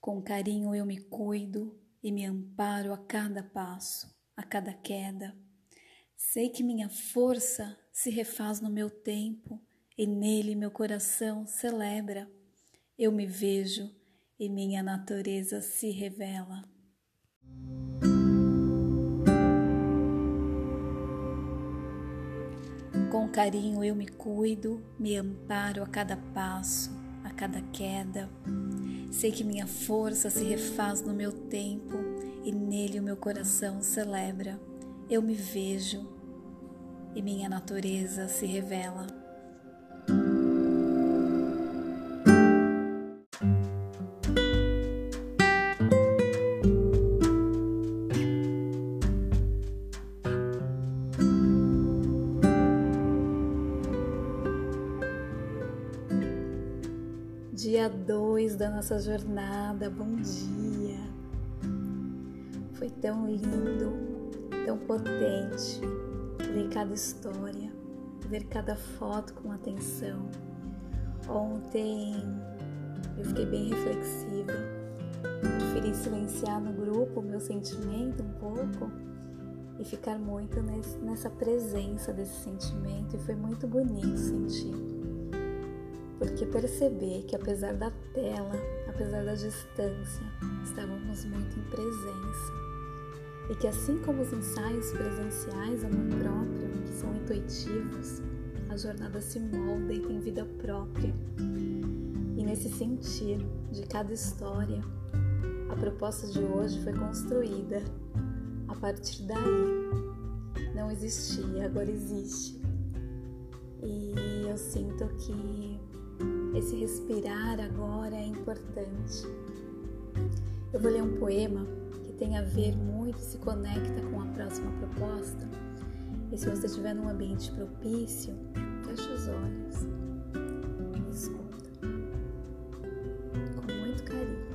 Com carinho eu me cuido e me amparo a cada passo, a cada queda. Sei que minha força se refaz no meu tempo e nele meu coração celebra. Eu me vejo e minha natureza se revela. Com carinho eu me cuido, me amparo a cada passo, a cada queda. Sei que minha força se refaz no meu tempo e nele o meu coração celebra. Eu me vejo e minha natureza se revela. Dia 2 da nossa jornada, bom dia! Foi tão lindo, tão potente ler cada história, ver cada foto com atenção. Ontem eu fiquei bem reflexiva, preferi silenciar no grupo o meu sentimento um pouco e ficar muito nessa presença desse sentimento, e foi muito bonito sentir. Porque perceber que apesar da tela, apesar da distância, estávamos muito em presença. E que assim como os ensaios presenciais, amor próprio, que são intuitivos, a jornada se molda e tem vida própria. E nesse sentir de cada história, a proposta de hoje foi construída a partir daí. Não existia, agora existe. E eu sinto que esse respirar agora é importante. Eu vou ler um poema que tem a ver muito e se conecta com a próxima proposta. E se você estiver num ambiente propício, feche os olhos e escuta com muito carinho.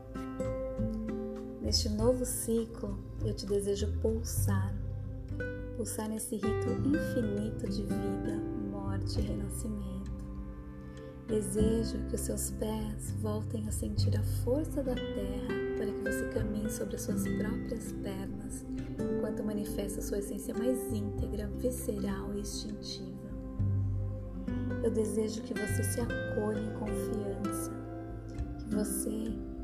Neste novo ciclo, eu te desejo pulsar nesse rito infinito de vida, morte e renascimento. Desejo que os seus pés voltem a sentir a força da terra para que você caminhe sobre as suas próprias pernas, enquanto manifesta sua essência mais íntegra, visceral e instintiva. Eu desejo que você se acolha em confiança, que você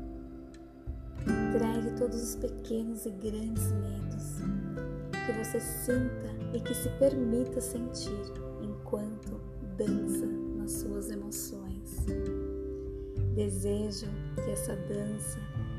entregue todos os pequenos e grandes medos, que você sinta e que se permita sentir enquanto dança nas suas emoções. Desejo que essa dança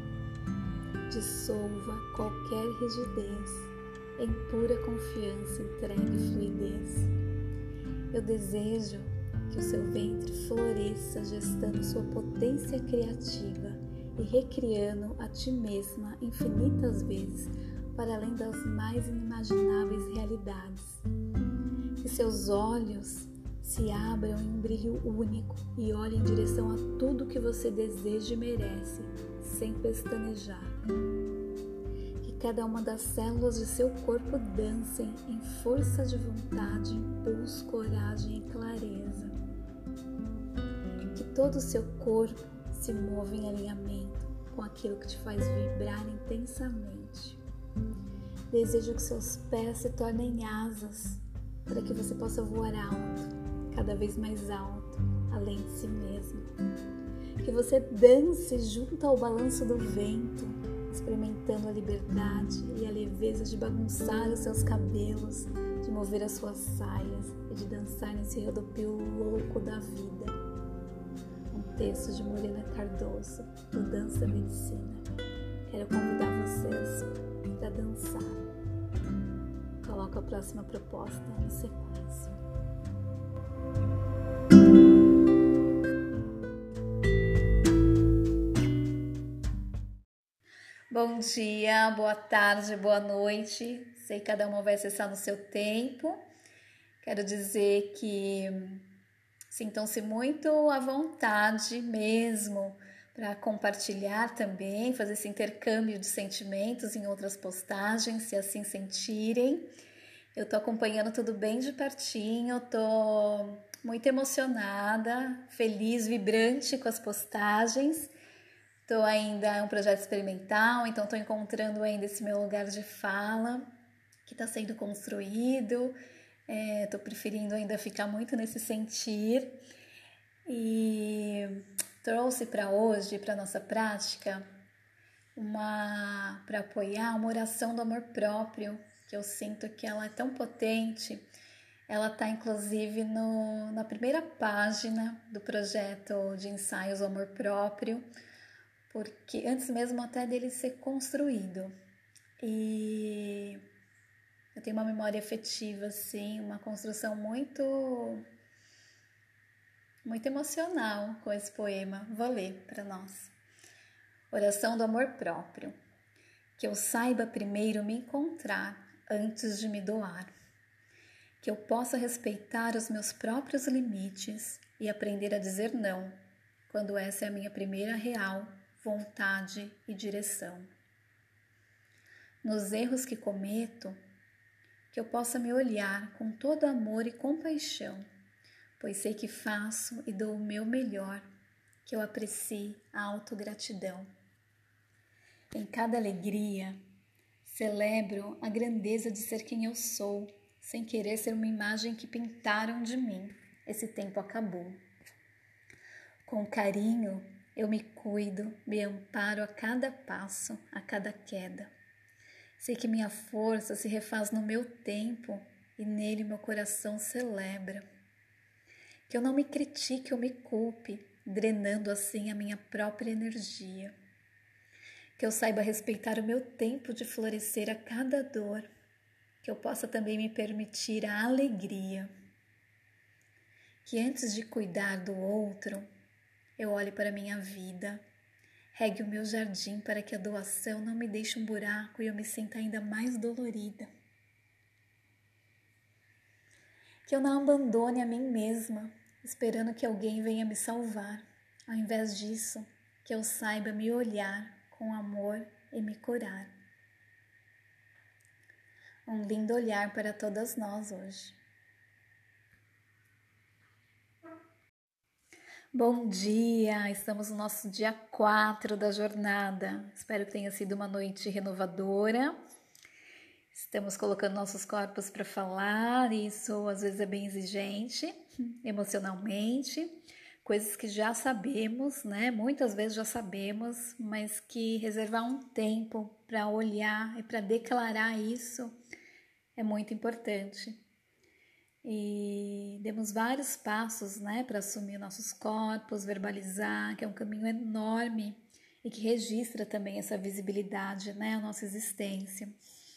dissolva qualquer rigidez, em pura confiança entregue fluidez. Eu desejo que o seu ventre floresça gestando sua potência criativa e recriando a ti mesma infinitas vezes para além das mais inimagináveis realidades. Que seus olhos se abram em um brilho único e olhem em direção a tudo que você deseja e merece, sem pestanejar. Que cada uma das células de seu corpo dancem em força de vontade, impulso, coragem e clareza. Que todo o seu corpo se mova em alinhamento com aquilo que te faz vibrar intensamente. Desejo que seus pés se tornem asas para que você possa voar alto, cada vez mais alto, além de si mesmo. Que você dance junto ao balanço do vento, experimentando a liberdade e a leveza de bagunçar os seus cabelos, de mover as suas saias e de dançar nesse rodopio louco da vida. Um texto de Morena Cardoso, do Dança Medicina. Quero convidar vocês para dançar. Coloco a próxima proposta em sequência. Bom dia, boa tarde, boa noite. Sei que cada uma vai acessar no seu tempo. Quero dizer que sintam-se muito à vontade mesmo para compartilhar também, fazer esse intercâmbio de sentimentos em outras postagens, se assim sentirem. Eu tô acompanhando tudo bem de pertinho, tô muito emocionada, feliz, vibrante com as postagens. Estou ainda, é um projeto experimental, então estou encontrando ainda esse meu lugar de fala, que está sendo construído. Estou preferindo ainda ficar muito nesse sentir. E trouxe para hoje, para nossa prática, para apoiar uma oração do amor próprio, que eu sinto que ela é tão potente. Ela está inclusive na primeira página do projeto de ensaios do amor próprio, porque antes mesmo até dele ser construído. E eu tenho uma memória afetiva, assim, uma construção muito emocional com esse poema. Vou ler para nós. Oração do amor próprio. Que eu saiba primeiro me encontrar antes de me doar. Que eu possa respeitar os meus próprios limites e aprender a dizer não, quando essa é a minha primeira real vontade e direção. Nos erros que cometo, que eu possa me olhar com todo amor e compaixão, pois sei que faço e dou o meu melhor, que eu aprecie a autogratidão. Em cada alegria, celebro a grandeza de ser quem eu sou, sem querer ser uma imagem que pintaram de mim. Esse tempo acabou. Com carinho, eu me cuido, me amparo a cada passo, a cada queda. Sei que minha força se refaz no meu tempo e nele meu coração celebra. Que eu não me critique ou me culpe, drenando assim a minha própria energia. Que eu saiba respeitar o meu tempo de florescer a cada dor. Que eu possa também me permitir a alegria. Que antes de cuidar do outro, eu olhe para a minha vida, regue o meu jardim para que a doação não me deixe um buraco e eu me sinta ainda mais dolorida. Que eu não abandone a mim mesma, esperando que alguém venha me salvar. Ao invés disso, que eu saiba me olhar com amor e me curar. Um lindo olhar para todas nós hoje. Bom dia! Estamos no nosso dia 4 da jornada. Espero que tenha sido uma noite renovadora. Estamos colocando nossos corpos para falar, e isso às vezes é bem exigente, emocionalmente. Coisas que já sabemos, né? Muitas vezes já sabemos, mas que reservar um tempo para olhar e para declarar isso é muito importante. E demos vários passos, né, para assumir nossos corpos, verbalizar, que é um caminho enorme e que registra também essa visibilidade, né, a nossa existência.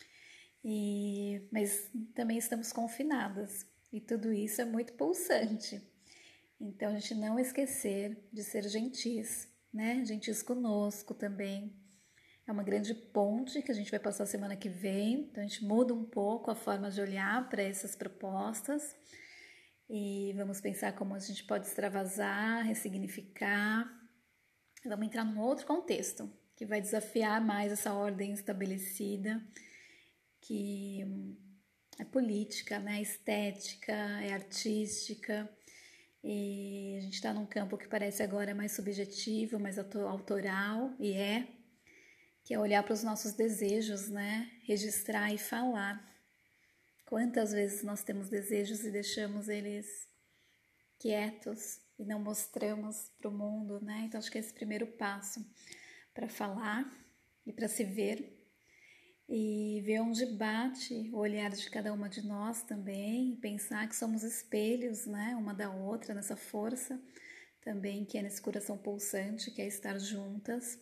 Mas também estamos confinadas e tudo isso é muito pulsante. Então, a gente não esquecer de ser gentis, né, gentis conosco também. É uma grande ponte que a gente vai passar semana que vem, então a gente muda um pouco a forma de olhar para essas propostas e vamos pensar como a gente pode extravasar, ressignificar. Vamos entrar num outro contexto que vai desafiar mais essa ordem estabelecida, que é política, né? É estética, é artística, e a gente está num campo que parece agora mais subjetivo, mais autoral, que é olhar para os nossos desejos, né? Registrar e falar. Quantas vezes nós temos desejos e deixamos eles quietos e não mostramos para o mundo, né? Então, acho que é esse primeiro passo para falar e para se ver e ver onde bate o olhar de cada uma de nós também, e pensar que somos espelhos, né? Uma da outra, nessa força também que é nesse coração pulsante, que é estar juntas.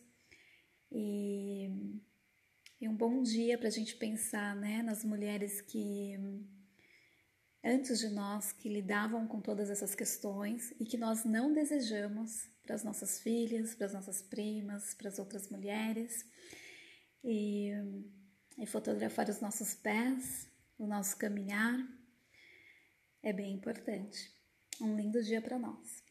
E um bom dia para a gente pensar, né, nas mulheres que antes de nós, que lidavam com todas essas questões e que nós não desejamos para as nossas filhas, para as nossas primas, para as outras mulheres, e fotografar os nossos pés, o nosso caminhar, é bem importante. Um lindo dia para nós.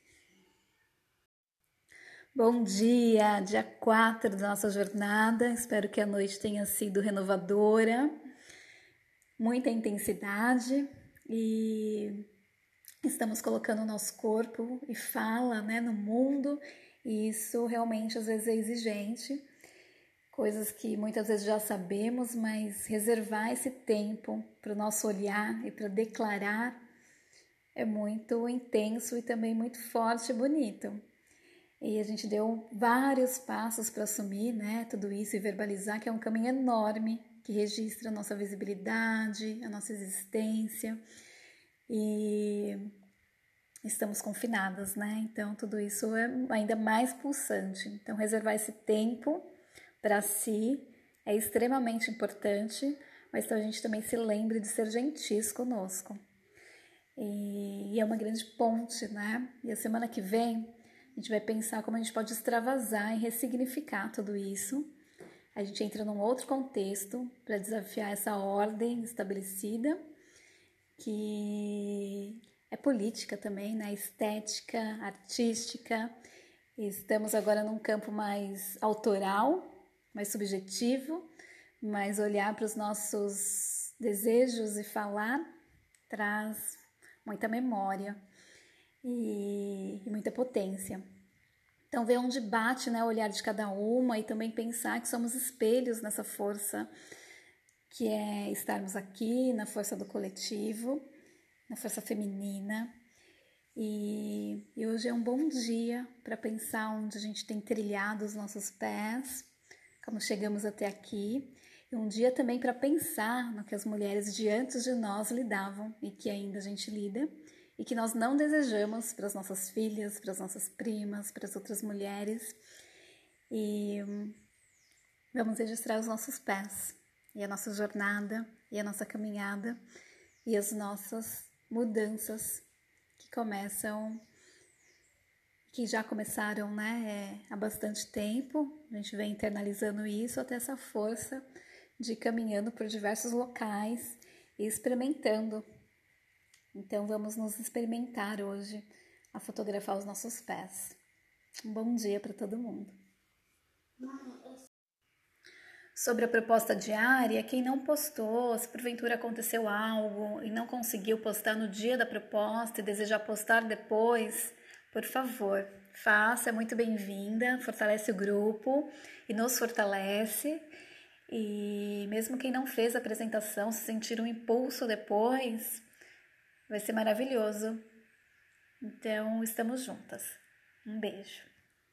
Bom dia, dia 4 da nossa jornada, espero que a noite tenha sido renovadora, muita intensidade, e estamos colocando o nosso corpo e fala, né, no mundo E isso realmente às vezes é exigente, coisas que muitas vezes já sabemos, mas reservar esse tempo para o nosso olhar e para declarar é muito intenso e também muito forte e bonito. E a gente deu vários passos para assumir, né, tudo isso e verbalizar, que é um caminho enorme, que registra a nossa visibilidade, a nossa existência. E estamos confinadas, né? Então tudo isso é ainda mais pulsante. Então reservar esse tempo para si é extremamente importante, mas então a gente também se lembre de ser gentis conosco. E é uma grande ponte, né? E a semana que vem a gente vai pensar como a gente pode extravasar e ressignificar tudo isso. A gente entra num outro contexto para desafiar essa ordem estabelecida, que é política também, né? Estética, artística. Estamos agora num campo mais autoral, mais subjetivo, mas olhar para os nossos desejos e falar traz muita memória e muita potência. Então ver onde bate, né, o olhar de cada uma e também pensar que somos espelhos nessa força que é estarmos aqui, na força do coletivo, na força feminina. E hoje é um bom dia para pensar onde a gente tem trilhado os nossos pés, como chegamos até aqui. E um dia também para pensar no que as mulheres de antes de nós lidavam e que ainda a gente lida e que nós não desejamos para as nossas filhas, para as nossas primas, para as outras mulheres. E vamos registrar os nossos pés e a nossa jornada e a nossa caminhada e as nossas mudanças que já começaram, né, há bastante tempo. A gente vem internalizando isso até essa força de ir caminhando por diversos locais e experimentando. Então vamos nos experimentar hoje a fotografar os nossos pés. Um bom dia para todo mundo. Sobre a proposta diária, quem não postou, se porventura aconteceu algo e não conseguiu postar no dia da proposta e desejar postar depois, por favor, faça, é muito bem-vinda, fortalece o grupo e nos fortalece. E mesmo quem não fez a apresentação, se sentir um impulso depois, vai ser maravilhoso. Então, estamos juntas. Um beijo.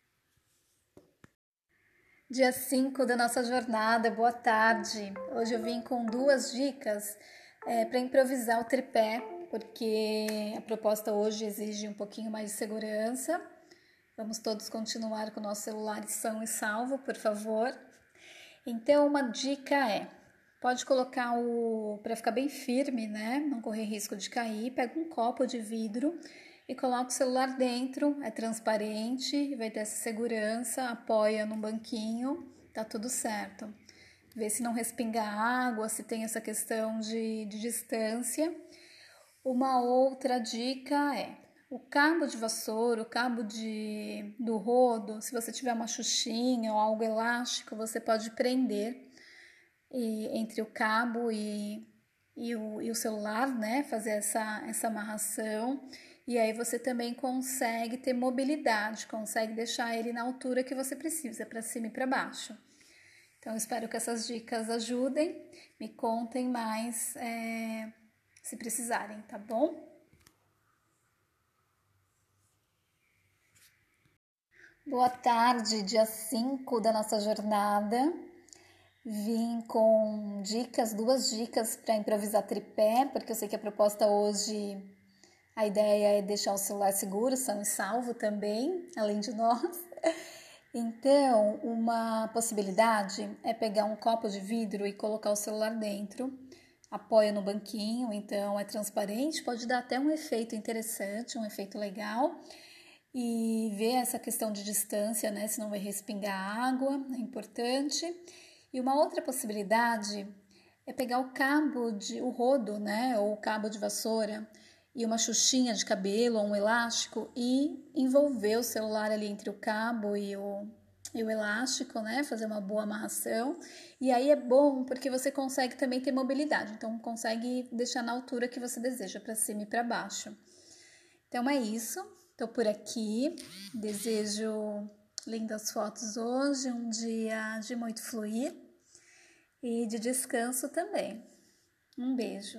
Dia 5 da nossa jornada, boa tarde. Hoje eu vim com 2 dicas para improvisar o tripé, porque a proposta hoje exige um pouquinho mais de segurança. Vamos todos continuar com o nosso celular são e salvo, por favor. Então, uma dica pode colocar para ficar bem firme, né? Não correr risco de cair, pega um copo de vidro e coloca o celular dentro, é transparente, vai ter essa segurança, apoia num banquinho, tá tudo certo. Vê se não respinga água, se tem essa questão de distância. Uma outra dica o cabo de vassoura, o cabo do rodo, se você tiver uma xuxinha ou algo elástico, você pode prender entre o cabo e o celular, né? Fazer essa amarração. E aí você também consegue ter mobilidade, consegue deixar ele na altura que você precisa, para cima e para baixo. Então, espero que essas dicas ajudem. Me contem mais se precisarem, tá bom? Boa tarde, dia 5 da nossa jornada. Vim com 2 dicas para improvisar tripé, porque eu sei que a proposta hoje, a ideia é deixar o celular seguro, são e salvo também, além de nós. Então, uma possibilidade é pegar um copo de vidro e colocar o celular dentro, apoia no banquinho, então é transparente, pode dar até um efeito interessante, um efeito legal. E ver essa questão de distância, né? Se não vai respingar água, é importante. E uma outra possibilidade é pegar o rodo, né? Ou o cabo de vassoura e uma xuxinha de cabelo ou um elástico e envolver o celular ali entre o cabo e o elástico, né? Fazer uma boa amarração. E aí é bom porque você consegue também ter mobilidade. Então, consegue deixar na altura que você deseja, para cima e para baixo. Então, é isso. Estou por aqui, desejo lindas fotos hoje, um dia de muito fluir e de descanso também. Um beijo.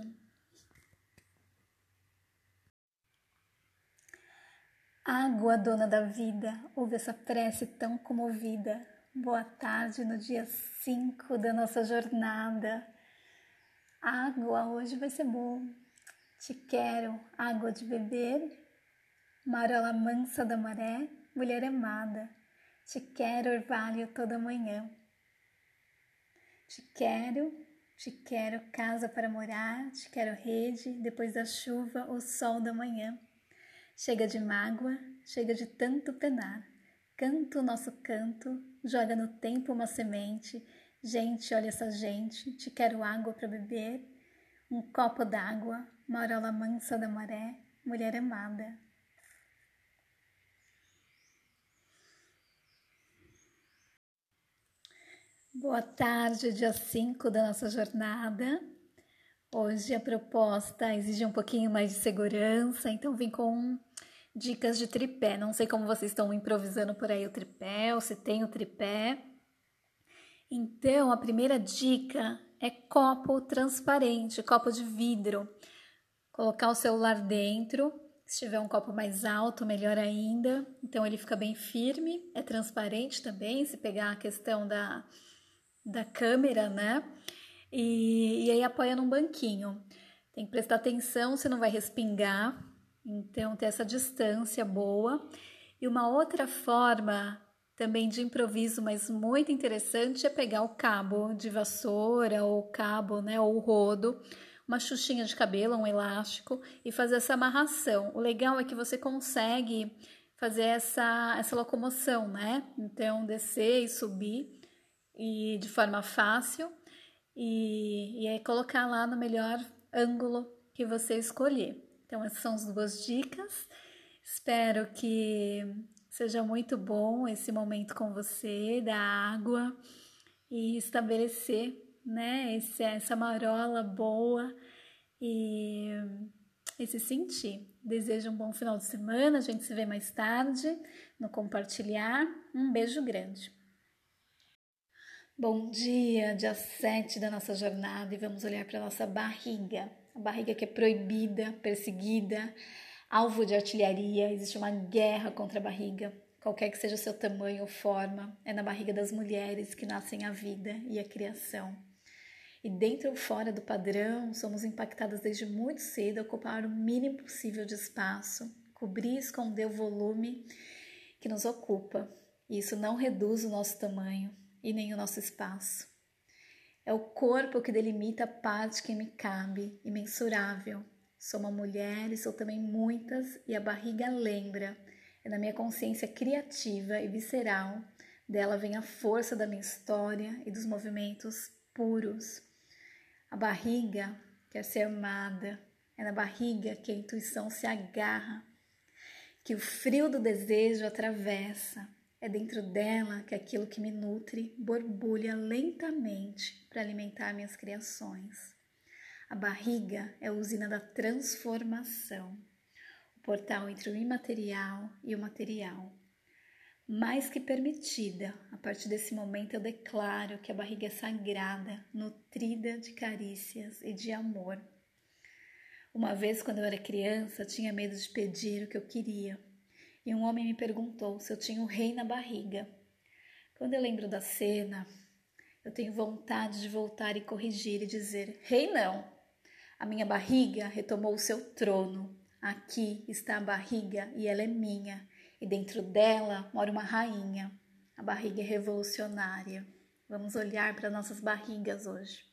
Água, dona da vida, ouve essa prece tão comovida. Boa tarde no dia 5 da nossa jornada. Água hoje vai ser bom. Te quero, água de beber, marola mansa da maré, mulher amada. Te quero, orvalho toda manhã. Te quero, casa para morar, te quero rede, depois da chuva, o sol da manhã. Chega de mágoa, chega de tanto penar. Canta o nosso canto, joga no tempo uma semente. Gente, olha essa gente, te quero água para beber, um copo d'água, marola mansa da maré, mulher amada. Boa tarde, dia 5 da nossa jornada. Hoje a proposta exige um pouquinho mais de segurança, então vim com dicas de tripé. Não sei como vocês estão improvisando por aí o tripé, ou se tem o tripé. Então, a primeira dica é copo transparente, copo de vidro. Colocar o celular dentro, se tiver um copo mais alto, melhor ainda. Então, ele fica bem firme, é transparente também, se pegar a questão da câmera, né? E aí apoia num banquinho. Tem que prestar atenção, você não vai respingar. Então, ter essa distância boa. E uma outra forma também de improviso, mas muito interessante, é pegar o cabo de vassoura ou o cabo, né, ou o rodo, uma xuxinha de cabelo, um elástico e fazer essa amarração. O legal é que você consegue fazer essa locomoção, né? Então, descer e subir e de forma fácil e aí colocar lá no melhor ângulo que você escolher. Então, essas são as duas dicas. Espero que seja muito bom esse momento com você, da água, e estabelecer, né, essa marola boa e se sentir. Desejo um bom final de semana, a gente se vê mais tarde no compartilhar. Um beijo grande. Bom dia, dia 7 da nossa jornada, e vamos olhar para a nossa barriga. A barriga que é proibida, perseguida, alvo de artilharia, existe uma guerra contra a barriga. Qualquer que seja o seu tamanho ou forma, é na barriga das mulheres que nascem a vida e a criação. E dentro ou fora do padrão, somos impactadas desde muito cedo a ocupar o mínimo possível de espaço, cobrir e esconder o volume que nos ocupa. E isso não reduz o nosso tamanho e nem o nosso espaço. É o corpo que delimita a parte que me cabe, imensurável. Sou uma mulher e sou também muitas, e a barriga lembra. É na minha consciência criativa e visceral, dela vem a força da minha história e dos movimentos puros. A barriga quer ser amada, é na barriga que a intuição se agarra, que o frio do desejo atravessa. É dentro dela que aquilo que me nutre borbulha lentamente para alimentar minhas criações. A barriga é a usina da transformação, o portal entre o imaterial e o material. Mais que permitida, a partir desse momento eu declaro que a barriga é sagrada, nutrida de carícias e de amor. Uma vez, quando eu era criança, tinha medo de pedir o que eu queria. E um homem me perguntou se eu tinha um rei na barriga. Quando eu lembro da cena, eu tenho vontade de voltar e corrigir e dizer: rei não, a minha barriga retomou o seu trono. Aqui está a barriga e ela é minha, e dentro dela mora uma rainha. A barriga é revolucionária. Vamos olhar para nossas barrigas hoje.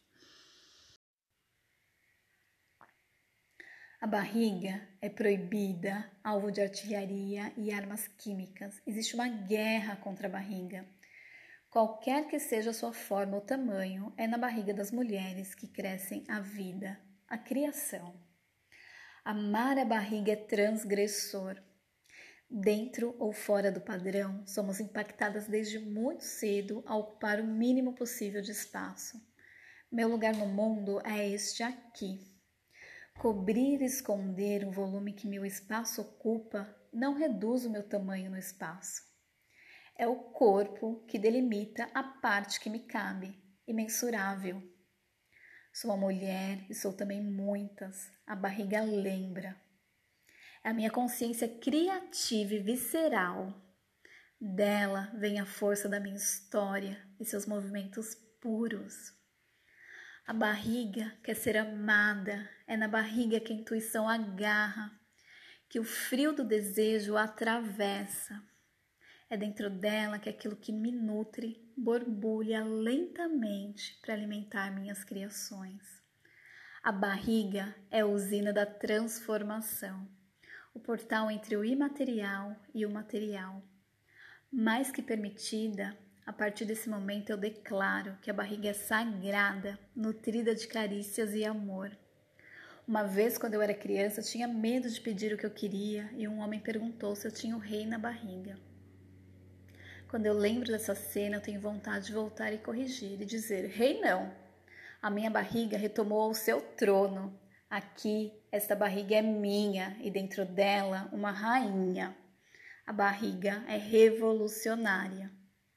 A barriga é proibida, alvo de artilharia e armas químicas. Existe uma guerra contra a barriga. Qualquer que seja a sua forma ou tamanho, é na barriga das mulheres que crescem a vida, a criação. Amar a barriga é transgressor. Dentro ou fora do padrão, somos impactadas desde muito cedo a ocupar o mínimo possível de espaço. Meu lugar no mundo é este aqui. Cobrir e esconder o volume que meu espaço ocupa não reduz o meu tamanho no espaço. É o corpo que delimita a parte que me cabe, imensurável. Sou uma mulher e sou também muitas, a barriga lembra. É a minha consciência criativa e visceral. Dela vem a força da minha história e seus movimentos puros. A barriga quer ser amada, é na barriga que a intuição agarra, que o frio do desejo a atravessa. É dentro dela que aquilo que me nutre borbulha lentamente para alimentar minhas criações. A barriga é a usina da transformação, o portal entre o imaterial e o material. Mais que permitida, a partir desse momento eu declaro que a barriga é sagrada, nutrida de carícias e amor. Uma vez, quando eu era criança, eu tinha medo de pedir o que eu queria e um homem perguntou se eu tinha o rei na barriga. Quando eu lembro dessa cena, eu tenho vontade de voltar e corrigir e dizer: rei não, a minha barriga retomou o seu trono. Aqui, esta barriga é minha e dentro dela uma rainha. A barriga é revolucionária.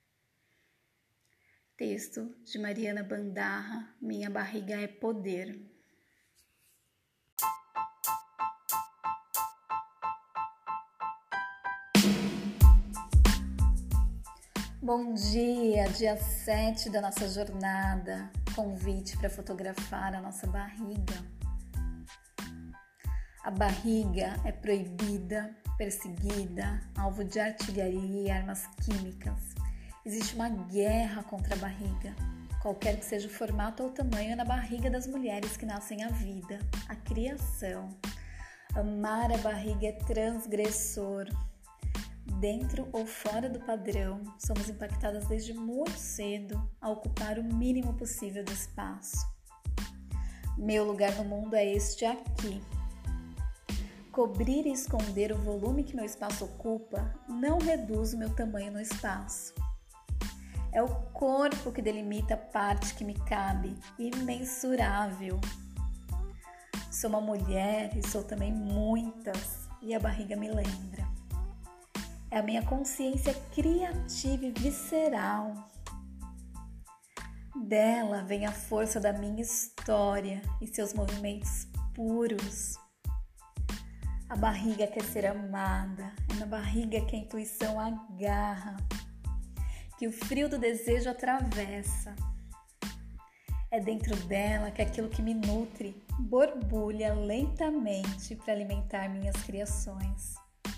Texto de Mariana Bandarra, Minha Barriga é Poder. Bom dia, dia 7 da nossa jornada, convite para fotografar a nossa barriga. A barriga é proibida, perseguida, alvo de artilharia e armas químicas. Existe uma guerra contra a barriga, qualquer que seja o formato ou o tamanho na barriga das mulheres que nascem à vida, a criação. Amar a barriga é transgressor. Dentro ou fora do padrão, somos impactadas desde muito cedo a ocupar o mínimo possível de espaço. Meu lugar no mundo é este aqui. Cobrir e esconder o volume que meu espaço ocupa não reduz o meu tamanho no espaço. É o corpo que delimita a parte que me cabe, imensurável. Sou uma mulher e sou também muitas, e a barriga me lembra. É a minha consciência criativa e visceral. Dela vem a força da minha história e seus movimentos puros. A barriga quer ser amada, é na barriga que a intuição agarra, que o frio do desejo atravessa. É dentro dela que aquilo que me nutre borbulha lentamente para alimentar minhas criações.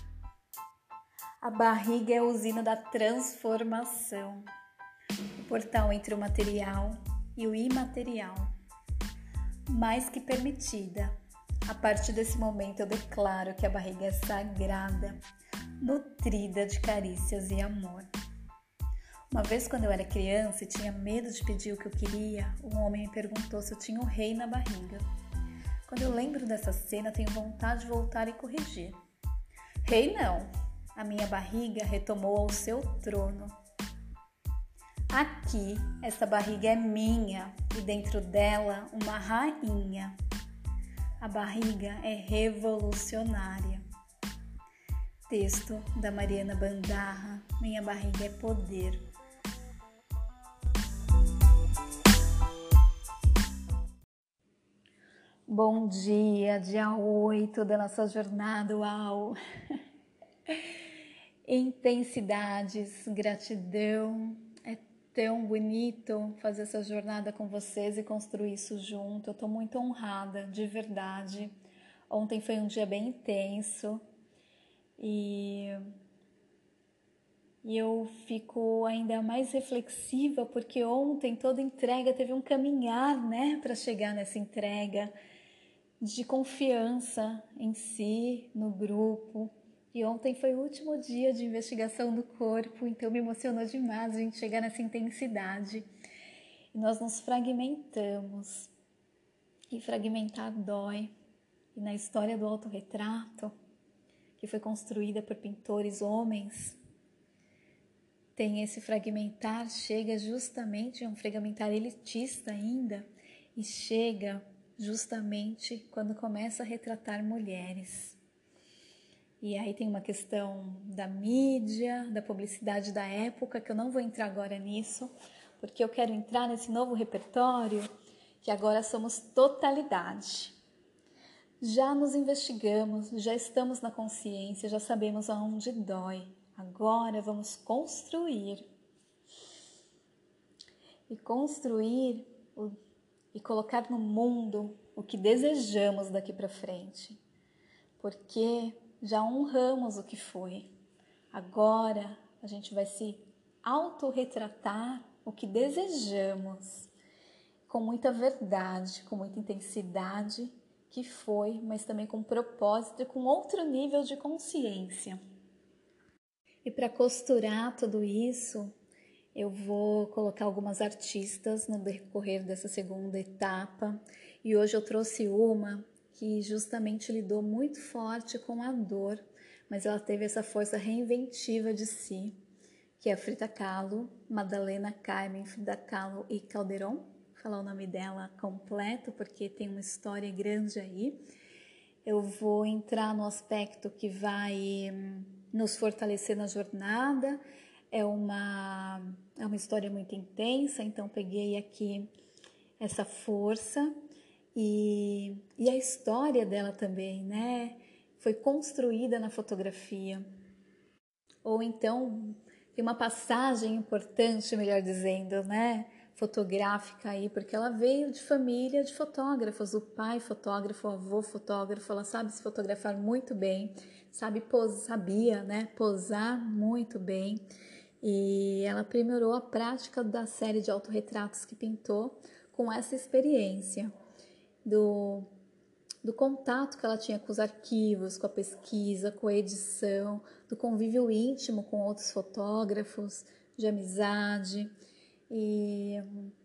A barriga é a usina da transformação, o portal entre o material e o imaterial. Mais que permitida, a partir desse momento eu declaro que a barriga é sagrada, nutrida de carícias e amor. Uma vez, quando eu era criança e tinha medo de pedir o que eu queria, um homem me perguntou se eu tinha um rei na barriga. Quando eu lembro dessa cena, tenho vontade de voltar e corrigir. Rei não, a minha barriga retomou ao seu trono. Aqui, essa barriga é minha e dentro dela uma rainha. A barriga é revolucionária. Texto da Mariana Bandarra, Minha Barriga é Poder. Bom dia, dia 8 da nossa jornada, uau! Intensidades, gratidão, é tão bonito fazer essa jornada com vocês e construir isso junto. Eu estou muito honrada, de verdade. Ontem foi um dia bem intenso e eu fico ainda mais reflexiva porque ontem toda entrega teve um caminhar, né, para chegar nessa entrega de confiança em si, no grupo. E ontem foi o último dia de investigação do corpo, então me emocionou demais a gente chegar nessa intensidade. E nós nos fragmentamos. E fragmentar dói. E na história do autorretrato, que foi construída por pintores homens, tem esse fragmentar, chega justamente, é um fragmentar elitista ainda, e chega justamente quando começa a retratar mulheres. E aí tem uma questão da mídia, da publicidade da época, que eu não vou entrar agora nisso, porque eu quero entrar nesse novo repertório que agora somos totalidade. Já nos investigamos, já estamos na consciência, já sabemos aonde dói. Agora vamos construir. E construir e colocar no mundo o que desejamos daqui para frente. Porque já honramos o que foi. Agora a gente vai se autorretratar o que desejamos, com muita verdade, com muita intensidade que foi, mas também com propósito e com outro nível de consciência. E para costurar tudo isso, eu vou colocar algumas artistas no decorrer dessa segunda etapa. E hoje eu trouxe uma que justamente lidou muito forte com a dor, mas ela teve essa força reinventiva de si, que é a Frida Kahlo, Madalena Carmen Frida Kahlo e Calderón. Vou falar o nome dela completo, porque tem uma história grande aí. Eu vou entrar no aspecto que vai nos fortalecer na jornada. É uma história muito intensa, então peguei aqui essa força e a história dela também, né? Foi construída na fotografia. Ou então, tem uma passagem importante, melhor dizendo, né? Fotográfica aí, porque ela veio de família de fotógrafos, o pai fotógrafo, o avô fotógrafo, ela sabe se fotografar muito bem, sabia, né? Posar muito bem. E ela aprimorou a prática da série de autorretratos que pintou com essa experiência do contato que ela tinha com os arquivos, com a pesquisa, com a edição, do convívio íntimo com outros fotógrafos, de amizade. E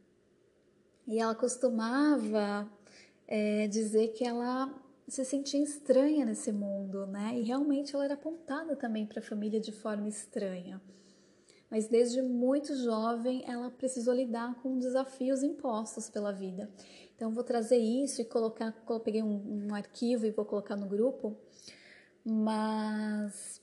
ela costumava dizer que ela se sentia estranha nesse mundo, né? E realmente ela era apontada também para a família de forma estranha. Mas desde muito jovem ela precisou lidar com desafios impostos pela vida. Então vou trazer isso e colocar, eu peguei um arquivo e vou colocar no grupo, mas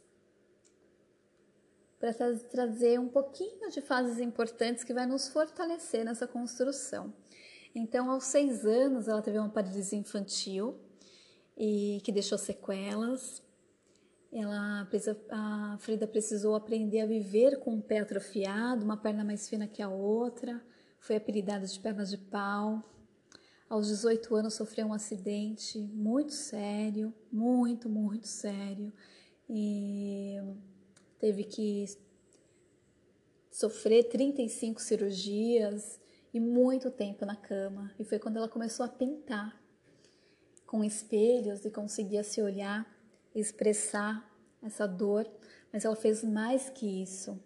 para trazer um pouquinho de fases importantes que vai nos fortalecer nessa construção. Então, aos 6 anos, ela teve uma paralisia infantil e que deixou sequelas. A Frida precisou aprender a viver com um pé atrofiado, uma perna mais fina que a outra, foi apelidada de perna de pau. Aos 18 anos sofreu um acidente muito sério, muito sério, e teve que sofrer 35 cirurgias e muito tempo na cama. E foi quando ela começou a pintar com espelhos e conseguia se olhar, expressar essa dor, mas ela fez mais que isso.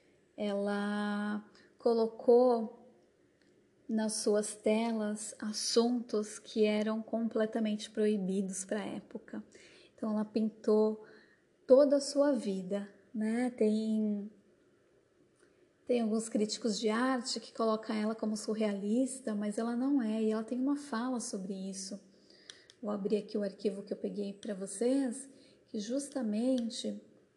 Ela colocou nas suas telas assuntos que eram completamente proibidos para a época. Então ela pintou toda a sua vida, né? Tem alguns críticos de arte que colocam ela como surrealista, mas ela não é, e ela tem uma fala sobre isso. Vou abrir aqui o arquivo que eu peguei para vocês, que justamente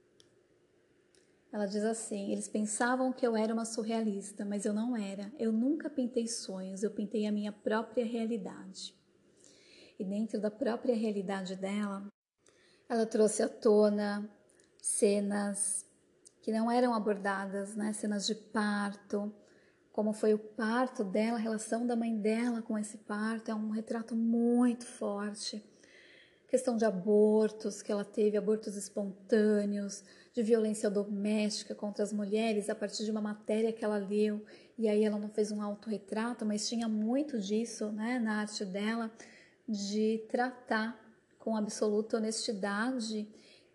ela diz assim: eles pensavam que eu era uma surrealista, mas eu não era. Eu nunca pintei sonhos, eu pintei a minha própria realidade. E dentro da própria realidade dela, ela trouxe à tona cenas que não eram abordadas, né? Cenas de parto, como foi o parto dela, a relação da mãe dela com esse parto, é um retrato muito forte. Questão de abortos, que ela teve abortos espontâneos, de violência doméstica contra as mulheres, a partir de uma matéria que ela leu, e aí ela não fez um autorretrato, mas tinha muito disso, né, na arte dela, de tratar com absoluta honestidade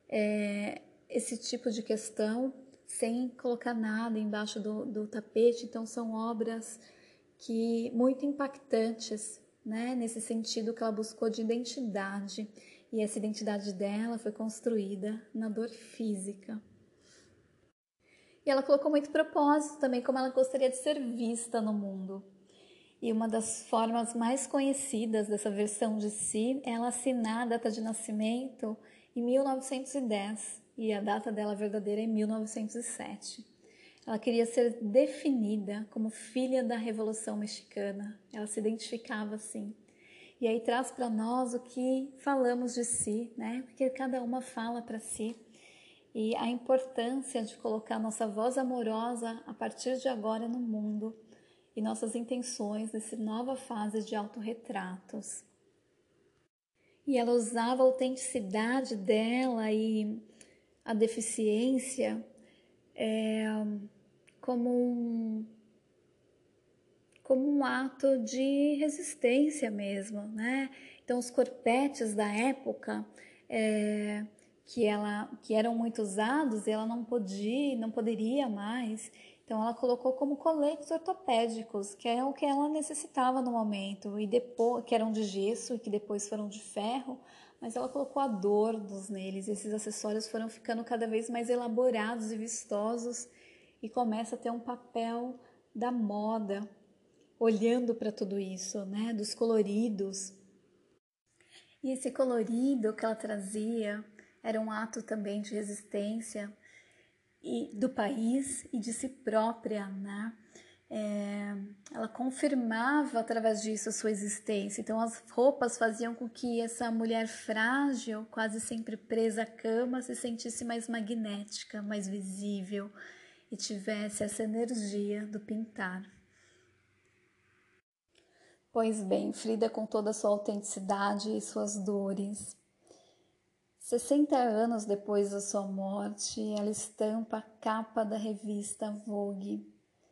esse tipo de questão, sem colocar nada embaixo do tapete. Então são obras que muito impactantes, né, nesse sentido que ela buscou de identidade, e essa identidade dela foi construída na dor física. E ela colocou muito propósito também, como ela gostaria de ser vista no mundo. E uma das formas mais conhecidas dessa versão de si é ela assinar a data de nascimento em 1910 e a data dela verdadeira é 1907. Ela queria ser definida como filha da Revolução Mexicana, ela se identificava assim. E aí traz para nós o que falamos de si, né? Porque cada uma fala para si. E a importância de colocar nossa voz amorosa a partir de agora no mundo e nossas intenções nessa nova fase de autorretratos. E ela usava a autenticidade dela e a deficiência como um ato de resistência mesmo, né? Então os corpetes da época que eram muito usados, ela não poderia mais. Então ela colocou como coletes ortopédicos, que é o que ela necessitava no momento, e depois que eram de gesso e que depois foram de ferro, mas ela colocou adornos neles. E esses acessórios foram ficando cada vez mais elaborados e vistosos e começa a ter um papel da moda, olhando para tudo isso, né? Dos coloridos. E esse colorido que ela trazia era um ato também de resistência e do país e de si própria, né? Ela confirmava através disso a sua existência. Então as roupas faziam com que essa mulher frágil, quase sempre presa à cama, se sentisse mais magnética, mais visível e tivesse essa energia do pintar. Pois bem, Frida, com toda a sua autenticidade e suas dores, 60 anos depois da sua morte, ela estampa a capa da revista Vogue.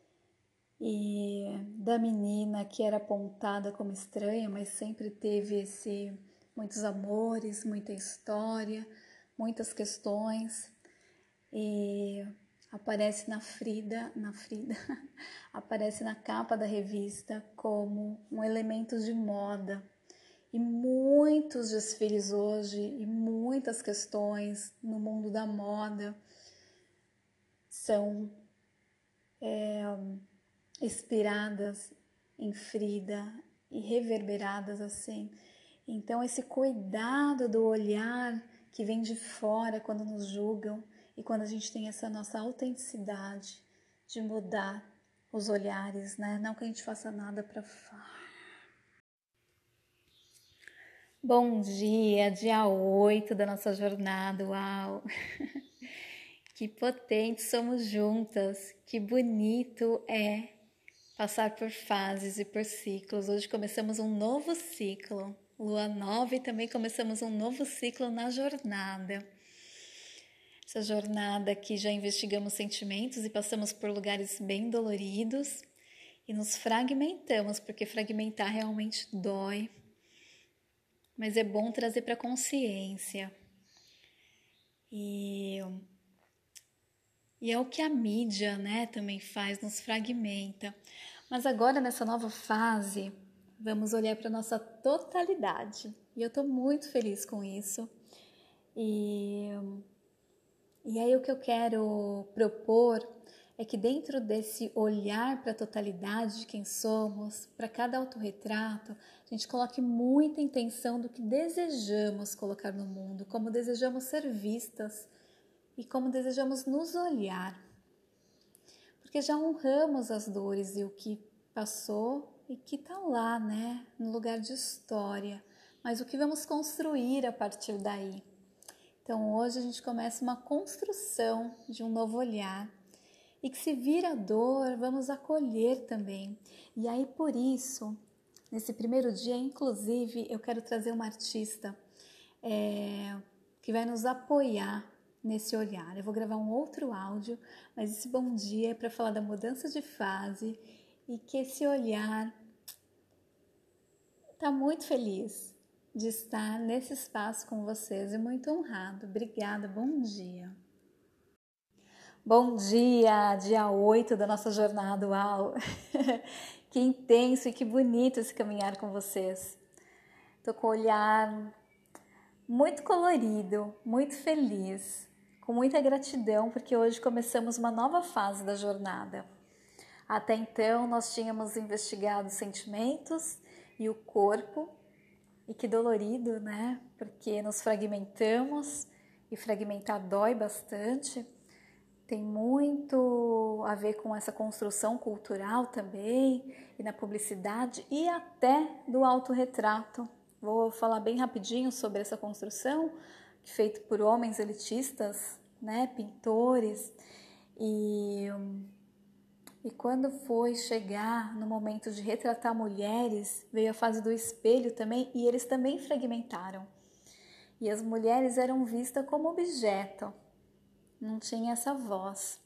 E da menina que era apontada como estranha, mas sempre teve muitos amores, muita história, muitas questões. E aparece na Frida, aparece na capa da revista como um elemento de moda. E muitos desfiles hoje e muitas questões no mundo da moda são inspiradas em Frida e reverberadas assim. Então esse cuidado do olhar que vem de fora quando nos julgam e quando a gente tem essa nossa autenticidade de mudar os olhares, né? Não que a gente faça nada para fora. Bom dia, dia 8 da nossa jornada, uau! Que potente somos juntas, que bonito é passar por fases e por ciclos. Hoje começamos um novo ciclo, lua nova, e também começamos um novo ciclo na jornada. Essa jornada que já investigamos sentimentos e passamos por lugares bem doloridos e nos fragmentamos, porque fragmentar realmente dói. Mas é bom trazer para a consciência. E é o que a mídia, né, também faz, nos fragmenta. Mas agora, nessa nova fase, vamos olhar para a nossa totalidade. E eu estou muito feliz com isso. E aí o que eu quero propor é que dentro desse olhar para a totalidade de quem somos, para cada autorretrato, a gente coloque muita intenção do que desejamos colocar no mundo, como desejamos ser vistas e como desejamos nos olhar. Porque já honramos as dores e o que passou e que está lá, né, no lugar de história. Mas o que vamos construir a partir daí? Então hoje a gente começa uma construção de um novo olhar. E que se vir a dor, vamos acolher também. E aí por isso, nesse primeiro dia, inclusive, eu quero trazer uma artista que vai nos apoiar nesse olhar. Eu vou gravar um outro áudio, mas esse bom dia é para falar da mudança de fase e que esse olhar está muito feliz de estar nesse espaço com vocês e muito honrado. Obrigada, bom dia. Bom dia, dia 8 da nossa jornada, uau! Que intenso e que bonito esse caminhar com vocês. Estou com o olhar muito colorido, muito feliz, com muita gratidão, porque hoje começamos uma nova fase da jornada. Até então nós tínhamos investigado os sentimentos e o corpo, e que dolorido, né? Porque nos fragmentamos e fragmentar dói bastante. Tem muito a ver com essa construção cultural também, e na publicidade e até do autorretrato. Vou falar bem rapidinho sobre essa construção, feita por homens elitistas, né, pintores, e quando foi chegar no momento de retratar mulheres, veio a fase do espelho também, e eles também fragmentaram. E as mulheres eram vistas como objeto, não tinha essa voz.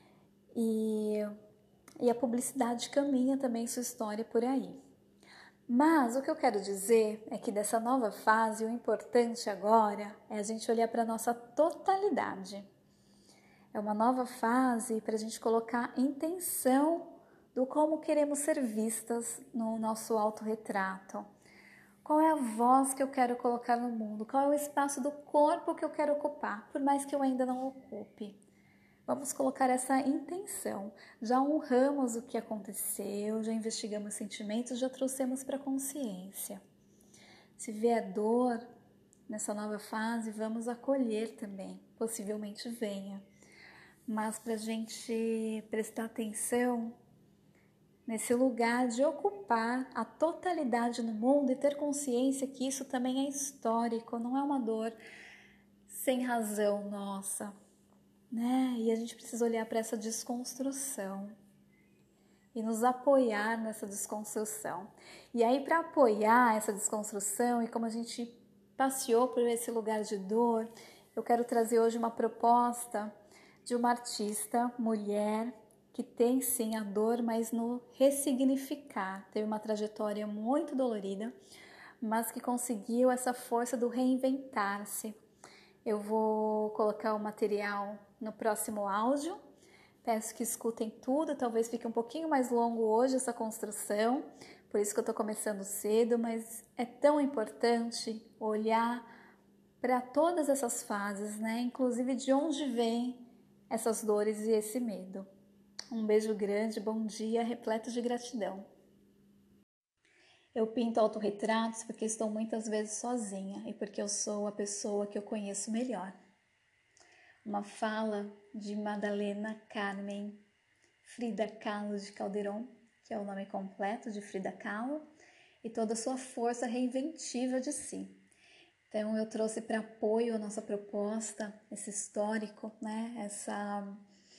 E a publicidade caminha também sua história por aí. Mas o que eu quero dizer é que dessa nova fase, o importante agora é a gente olhar para a nossa totalidade. É uma nova fase para a gente colocar intenção do como queremos ser vistas no nosso autorretrato. Qual é a voz que eu quero colocar no mundo? Qual é o espaço do corpo que eu quero ocupar, por mais que eu ainda não ocupe? Vamos colocar essa intenção. Já honramos o que aconteceu, já investigamos sentimentos, já trouxemos para a consciência. Se vier dor nessa nova fase, vamos acolher também. Possivelmente venha. Mas para a gente prestar atenção nesse lugar de ocupar a totalidade no mundo e ter consciência que isso também é histórico, não é uma dor sem razão nossa, né? E a gente precisa olhar para essa desconstrução e nos apoiar nessa desconstrução. E aí, para apoiar essa desconstrução e como a gente passeou por esse lugar de dor, eu quero trazer hoje uma proposta de uma artista, mulher, que tem sim a dor, mas no ressignificar. Teve uma trajetória muito dolorida, mas que conseguiu essa força do reinventar-se. Eu vou colocar o material no próximo áudio. Peço que escutem tudo, talvez fique um pouquinho mais longo hoje essa construção, por isso que eu estou começando cedo, mas é tão importante olhar para todas essas fases, né? Inclusive de onde vêm essas dores e esse medo. Um beijo grande, bom dia, repleto de gratidão. Eu pinto autorretratos porque estou muitas vezes sozinha e porque eu sou a pessoa que eu conheço melhor. Uma fala de Madalena Carmen Frida Kahlo de Calderon, que é o nome completo de Frida Kahlo, e toda a sua força reinventiva de si. Então eu trouxe para apoio a nossa proposta, esse histórico, né? Essa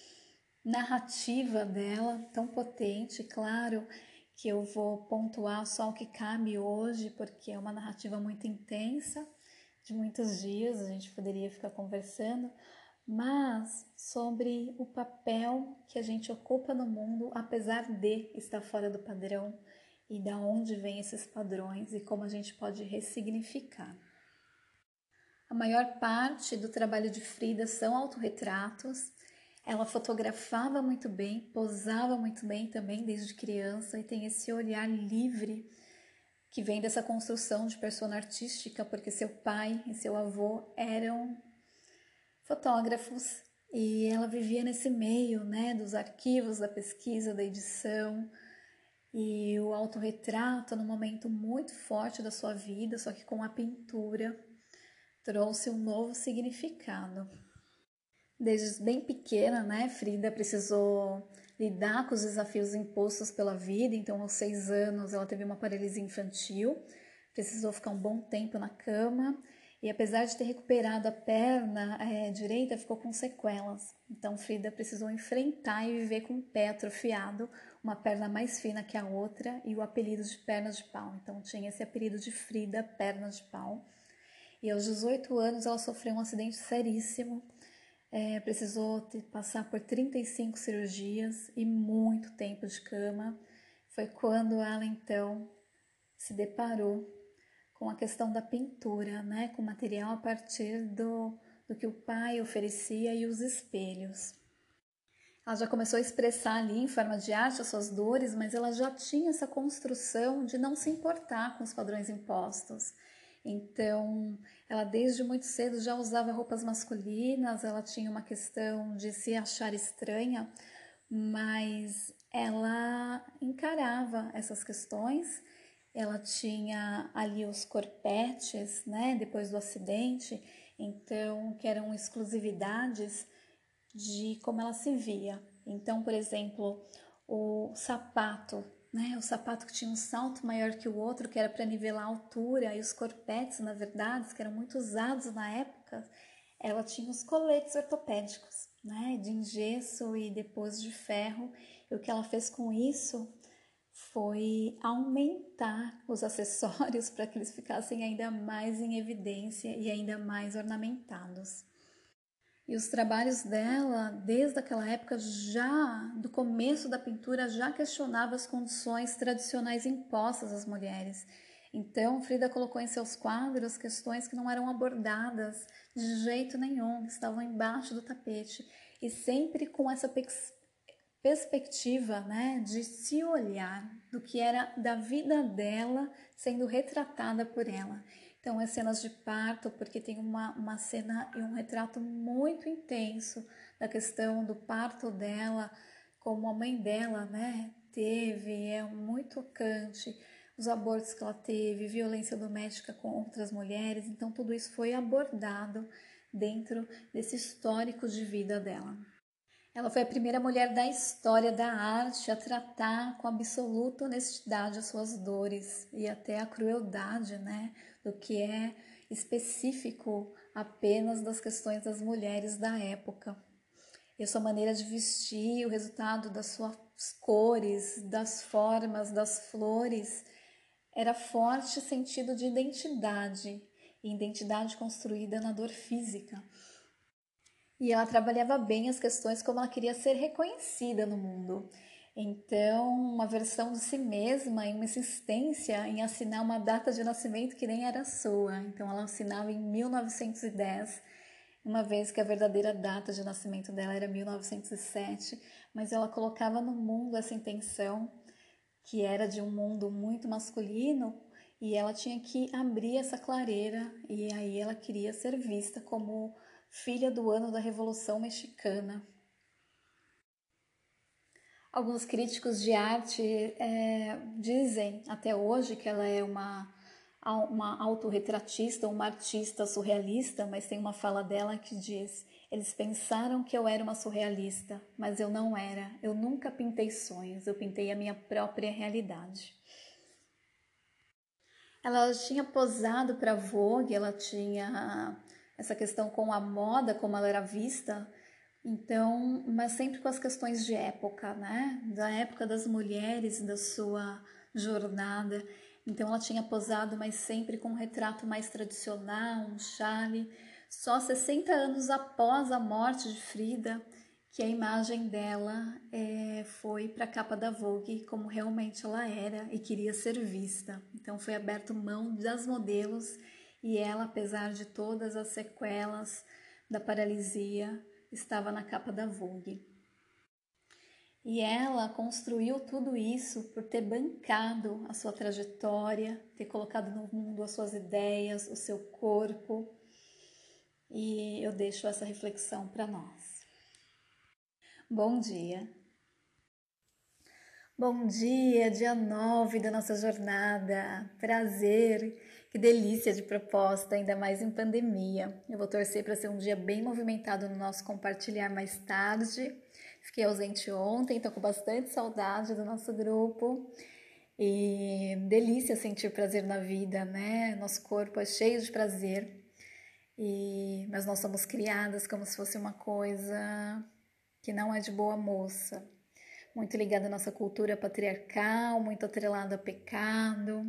narrativa dela tão potente. Claro que eu vou pontuar só o que cabe hoje, porque é uma narrativa muito intensa, de muitos dias, a gente poderia ficar conversando, mas sobre o papel que a gente ocupa no mundo, apesar de estar fora do padrão, e da onde vêm esses padrões e como a gente pode ressignificar. A maior parte do trabalho de Frida são autorretratos. Ela fotografava muito bem, posava muito bem também desde criança e tem esse olhar livre que vem dessa construção de persona artística, porque seu pai e seu avô eram fotógrafos e ela vivia nesse meio, né, dos arquivos, da pesquisa, da edição, e o autorretrato num momento muito forte da sua vida, só que com a pintura trouxe um novo significado. Desde bem pequena, né, Frida precisou lidar com os desafios impostos pela vida. Então aos 6 anos ela teve uma paralisia infantil, precisou ficar um bom tempo na cama e apesar de ter recuperado a perna direita, ficou com sequelas. Então Frida precisou enfrentar e viver com o pé atrofiado, uma perna mais fina que a outra e o apelido de perna de pau. Então tinha esse apelido de Frida, perna de pau. E aos 18 anos ela sofreu um acidente seríssimo, precisou passar por 35 cirurgias e muito tempo de cama. Foi quando ela então se deparou com a questão da pintura, né? Com material a partir do que o pai oferecia e os espelhos. Ela já começou a expressar ali em forma de arte as suas dores, mas ela já tinha essa construção de não se importar com os padrões impostos. Então, ela desde muito cedo já usava roupas masculinas, ela tinha uma questão de se achar estranha, mas ela encarava essas questões. Ela tinha ali os corpetes, né, depois do acidente, então que eram exclusividades de como ela se via. Então, por exemplo, o sapato, né? O sapato que tinha um salto maior que o outro, que era para nivelar a altura, e os corpetes, na verdade, que eram muito usados na época, ela tinha os coletes ortopédicos, né? De gesso e depois de ferro. E o que ela fez com isso foi aumentar os acessórios para que eles ficassem ainda mais em evidência e ainda mais ornamentados. E os trabalhos dela, desde aquela época, já do começo da pintura, já questionava as condições tradicionais impostas às mulheres. Então, Frida colocou em seus quadros questões que não eram abordadas de jeito nenhum, que estavam embaixo do tapete, e sempre com essa perspectiva, né, de se olhar do que era da vida dela sendo retratada por ela. Então, as cenas de parto, porque tem uma cena e um retrato muito intenso da questão do parto dela, como a mãe dela, né, teve, é muito tocante, os abortos que ela teve, violência doméstica com outras mulheres, então tudo isso foi abordado dentro desse histórico de vida dela. Ela foi a primeira mulher da história da arte a tratar com absoluta honestidade as suas dores e até a crueldade, né, do que é específico apenas das questões das mulheres da época. E a sua maneira de vestir, o resultado das suas cores, das formas, das flores, era forte sentido de identidade, e identidade construída na dor física. E ela trabalhava bem as questões como ela queria ser reconhecida no mundo. Então, uma versão de si mesma e uma insistência em assinar uma data de nascimento que nem era sua. Então, ela assinava em 1910, uma vez que a verdadeira data de nascimento dela era 1907, mas ela colocava no mundo essa intenção, que era de um mundo muito masculino, e ela tinha que abrir essa clareira, e aí ela queria ser vista como filha do ano da Revolução Mexicana. Alguns críticos de arte dizem até hoje que ela é uma autorretratista, uma artista surrealista, mas tem uma fala dela que diz: eles pensaram que eu era uma surrealista, mas eu não era. Eu nunca pintei sonhos, eu pintei a minha própria realidade. Ela tinha posado para Vogue, ela tinha essa questão com a moda, como ela era vista, então, mas sempre com as questões de época, né? Da época das mulheres, da sua jornada. Então, ela tinha posado, mas sempre com um retrato mais tradicional, um chale. Só 60 anos após a morte de Frida, que a imagem dela foi para a capa da Vogue como realmente ela era e queria ser vista. Então foi aberto mão das modelos e ela, apesar de todas as sequelas da paralisia, estava na capa da Vogue. E ela construiu tudo isso por ter bancado a sua trajetória, ter colocado no mundo as suas ideias, o seu corpo. E eu deixo essa reflexão para nós. Bom dia! Bom dia, dia 9 da nossa jornada. Prazer, que delícia de proposta, ainda mais em pandemia. Eu vou torcer para ser um dia bem movimentado no nosso compartilhar mais tarde. Fiquei ausente ontem, estou com bastante saudade do nosso grupo. E delícia sentir prazer na vida, né? Nosso corpo é cheio de prazer. Mas nós somos criadas como se fosse uma coisa que não é de boa moça. Muito ligada à nossa cultura patriarcal, muito atrelada a pecado,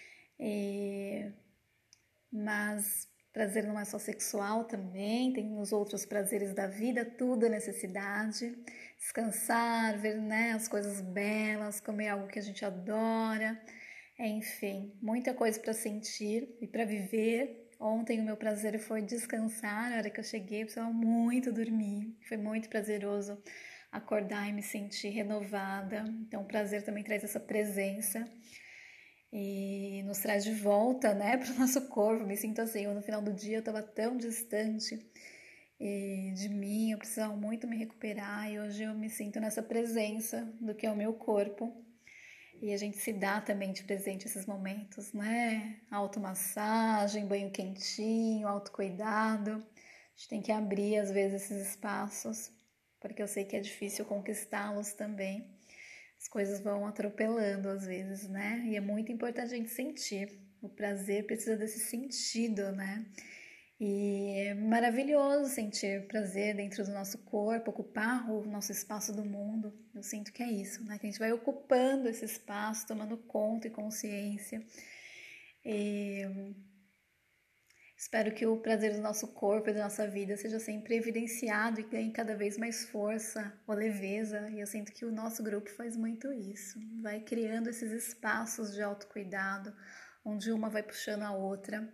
mas prazer não é só sexual também, tem os outros prazeres da vida, tudo é necessidade, descansar, ver, né, as coisas belas, comer algo que a gente adora, enfim, muita coisa para sentir e para viver. Ontem o meu prazer foi descansar, na hora que eu cheguei eu precisava muito dormir, foi muito prazeroso acordar e me sentir renovada. Então o prazer também traz essa presença e nos traz de volta, né, para o nosso corpo. Me sinto assim, no final do dia eu estava tão distante de mim, eu precisava muito me recuperar e hoje eu me sinto nessa presença do que é o meu corpo. E a gente se dá também de presente esses momentos, né? Automassagem, banho quentinho, autocuidado. A gente tem que abrir, às vezes, esses espaços, porque eu sei que é difícil conquistá-los também. As coisas vão atropelando, às vezes, né? E é muito importante a gente sentir. O prazer precisa desse sentido, né? E é maravilhoso sentir prazer dentro do nosso corpo, ocupar o nosso espaço do mundo. Eu sinto que é isso, né? Que a gente vai ocupando esse espaço, tomando conta e consciência. E espero que o prazer do nosso corpo e da nossa vida seja sempre evidenciado e ganhe cada vez mais força ou leveza. E eu sinto que o nosso grupo faz muito isso. Vai criando esses espaços de autocuidado, onde uma vai puxando a outra.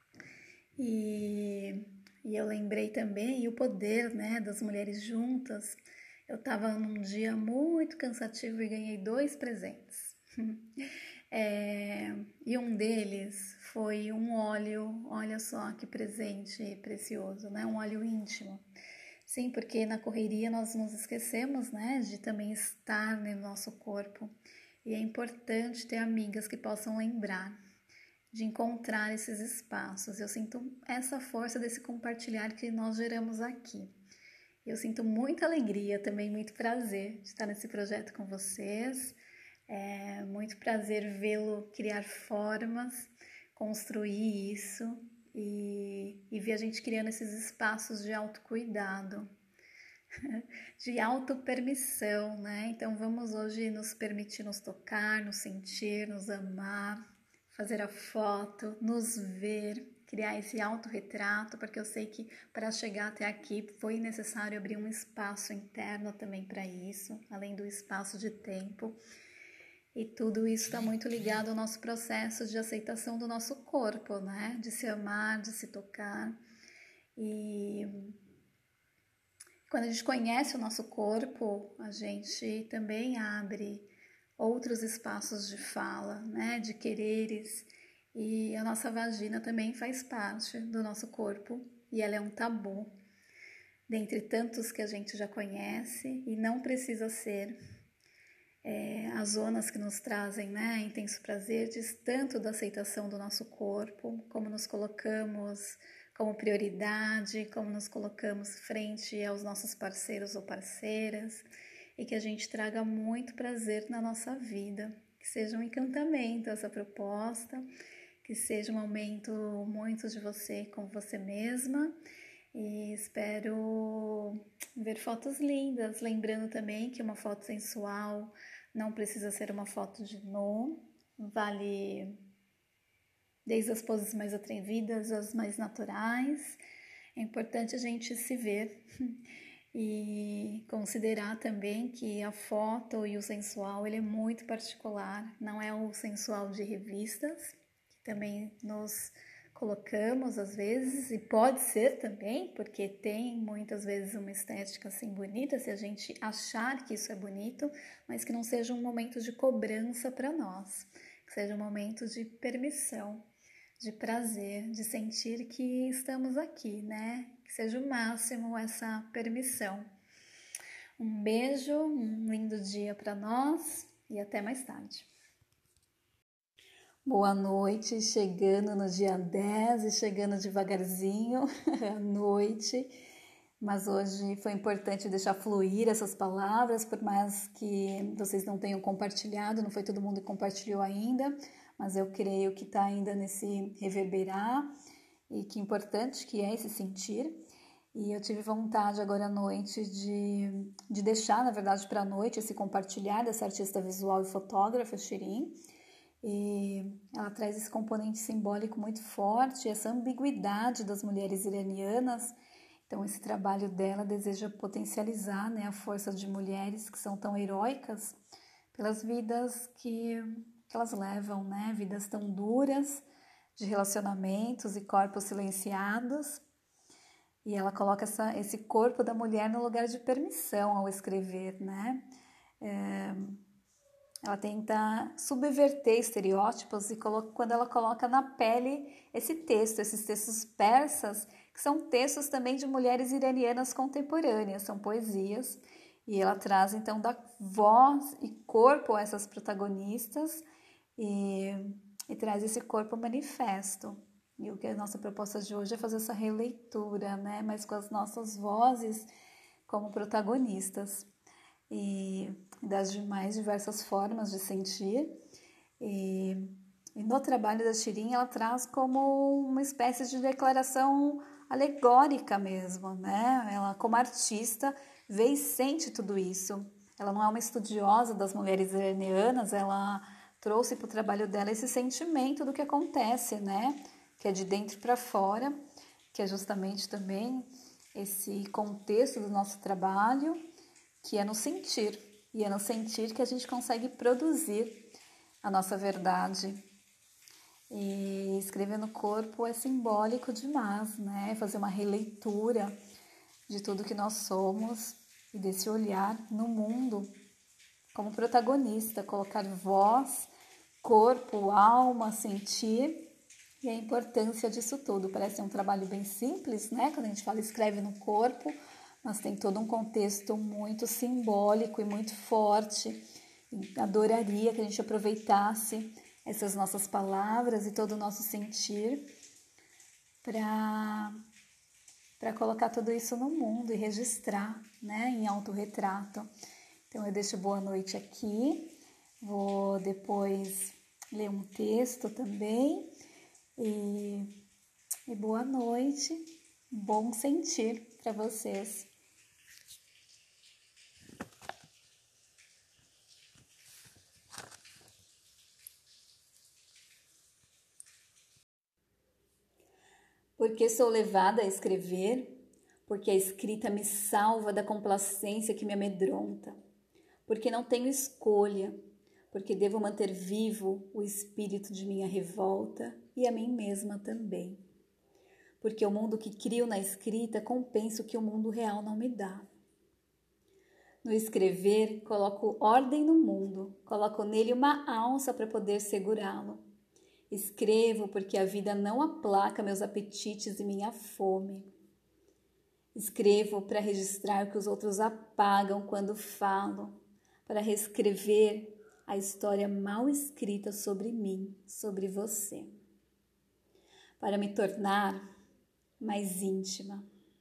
E eu lembrei também o poder, né, das mulheres juntas. Eu estava num dia muito cansativo e ganhei 2 presentes. E um deles foi um óleo, olha só que presente precioso, né? Um óleo íntimo. Sim, porque na correria nós nos esquecemos, né, de também estar no nosso corpo. E é importante ter amigas que possam lembrar de encontrar esses espaços. Eu sinto essa força desse compartilhar que nós geramos aqui. Eu sinto muita alegria, também muito prazer de estar nesse projeto com vocês. É muito prazer vê-lo criar formas, construir isso e ver a gente criando esses espaços de autocuidado, de autopermissão, né? Então vamos hoje nos permitir nos tocar, nos sentir, nos amar, fazer a foto, nos ver, criar esse autorretrato, porque eu sei que para chegar até aqui foi necessário abrir um espaço interno também para isso, além do espaço de tempo. E tudo isso está muito ligado ao nosso processo de aceitação do nosso corpo, né? De se amar, de se tocar. E quando a gente conhece o nosso corpo, a gente também abre outros espaços de fala, né, de quereres, e a nossa vagina também faz parte do nosso corpo e ela é um tabu, dentre tantos que a gente já conhece, e não precisa ser. As zonas que nos trazem, né, intenso prazer diz tanto da aceitação do nosso corpo, como nos colocamos como prioridade, como nos colocamos frente aos nossos parceiros ou parceiras, e que a gente traga muito prazer na nossa vida, que seja um encantamento essa proposta, que seja um momento muito de você com você mesma, e espero ver fotos lindas, lembrando também que uma foto sensual não precisa ser uma foto de nu, vale desde as poses mais atrevidas às mais naturais. É importante a gente se ver e considerar também que a foto e o sensual ele é muito particular, não é o sensual de revistas, que também nos colocamos às vezes, e pode ser também, porque tem muitas vezes uma estética assim bonita, se a gente achar que isso é bonito, mas que não seja um momento de cobrança para nós, que seja um momento de permissão, de prazer, de sentir que estamos aqui, né? Que seja o máximo essa permissão. Um beijo, um lindo dia para nós e até mais tarde. Boa noite, chegando no dia 10 e chegando devagarzinho à noite, mas hoje foi importante deixar fluir essas palavras, por mais que vocês não tenham compartilhado, não foi todo mundo que compartilhou ainda, mas eu creio que está ainda nesse reverberar e que importante que é esse sentir. E eu tive vontade agora à noite de deixar, na verdade, para a noite esse compartilhar dessa artista visual e fotógrafa, Shirin. E ela traz esse componente simbólico muito forte, essa ambiguidade das mulheres iranianas. Então esse trabalho dela deseja potencializar, né, a força de mulheres que são tão heróicas pelas vidas que elas levam, né, vidas tão duras, de relacionamentos e corpos silenciados. E ela coloca esse corpo da mulher no lugar de permissão ao escrever, né? Ela tenta subverter estereótipos e quando ela coloca na pele esse texto, esses textos persas, que são textos também de mulheres iranianas contemporâneas, são poesias, E ela traz, então, da voz e corpo a essas protagonistas e traz esse corpo manifesto. E o que a nossa proposta de hoje é fazer essa releitura, né? Mas com as nossas vozes como protagonistas. E das demais diversas formas de sentir. E no trabalho da Shirin, ela traz como uma espécie de declaração alegórica mesmo, né? Ela, como artista, vê e sente tudo isso. Ela não é uma estudiosa das mulheres iranianas, ela trouxe para o trabalho dela esse sentimento do que acontece, né? Que é de dentro para fora, que é justamente também esse contexto do nosso trabalho, que é no sentir. E é no sentir que a gente consegue produzir a nossa verdade. E escrever no corpo é simbólico demais, né? Fazer uma releitura de tudo que nós somos e desse olhar no mundo como protagonista, colocar voz, corpo, alma, sentir e a importância disso tudo. Parece um trabalho bem simples, né? Quando a gente fala escreve no corpo, mas tem todo um contexto muito simbólico e muito forte. E adoraria que a gente aproveitasse essas nossas palavras e todo o nosso sentir para colocar tudo isso no mundo e registrar, né, em autorretrato. Então eu deixo boa noite aqui, vou depois ler um texto também e boa noite, bom sentir para vocês. Porque sou levada a escrever, porque a escrita me salva da complacência que me amedronta, porque não tenho escolha, porque devo manter vivo o espírito de minha revolta e a mim mesma também. Porque o mundo que crio na escrita compensa o que o mundo real não me dá. No escrever, coloco ordem no mundo, coloco nele uma alça para poder segurá-lo. Escrevo porque a vida não aplaca meus apetites e minha fome. Escrevo para registrar o que os outros apagam quando falo, para reescrever a história mal escrita sobre mim, sobre você. Para me tornar mais íntima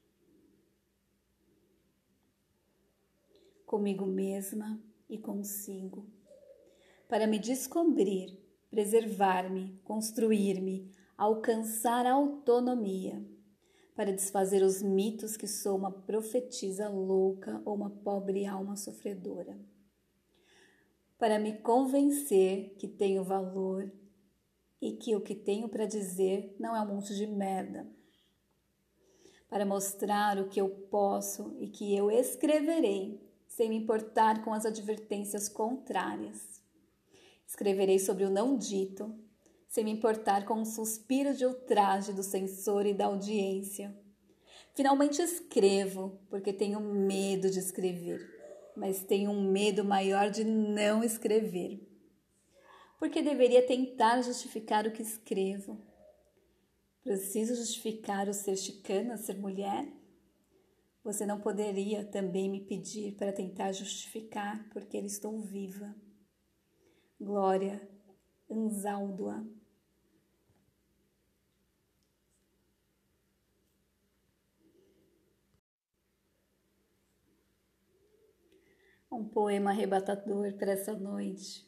comigo mesma e consigo. Para me descobrir, preservar-me, construir-me, alcançar a autonomia, para desfazer os mitos que sou uma profetisa louca ou uma pobre alma sofredora, para me convencer que tenho valor e que o que tenho para dizer não é um monte de merda, para mostrar o que eu posso e que eu escreverei sem me importar com as advertências contrárias. Escreverei sobre o não dito, sem me importar com um suspiro de ultraje do censor e da audiência. Finalmente escrevo, porque tenho medo de escrever, mas tenho um medo maior de não escrever. Porque deveria tentar justificar o que escrevo. Preciso justificar o ser chicana, ser mulher? Você não poderia também me pedir para tentar justificar porque eu estou viva. Glória Anzáldua. Um poema arrebatador para essa noite.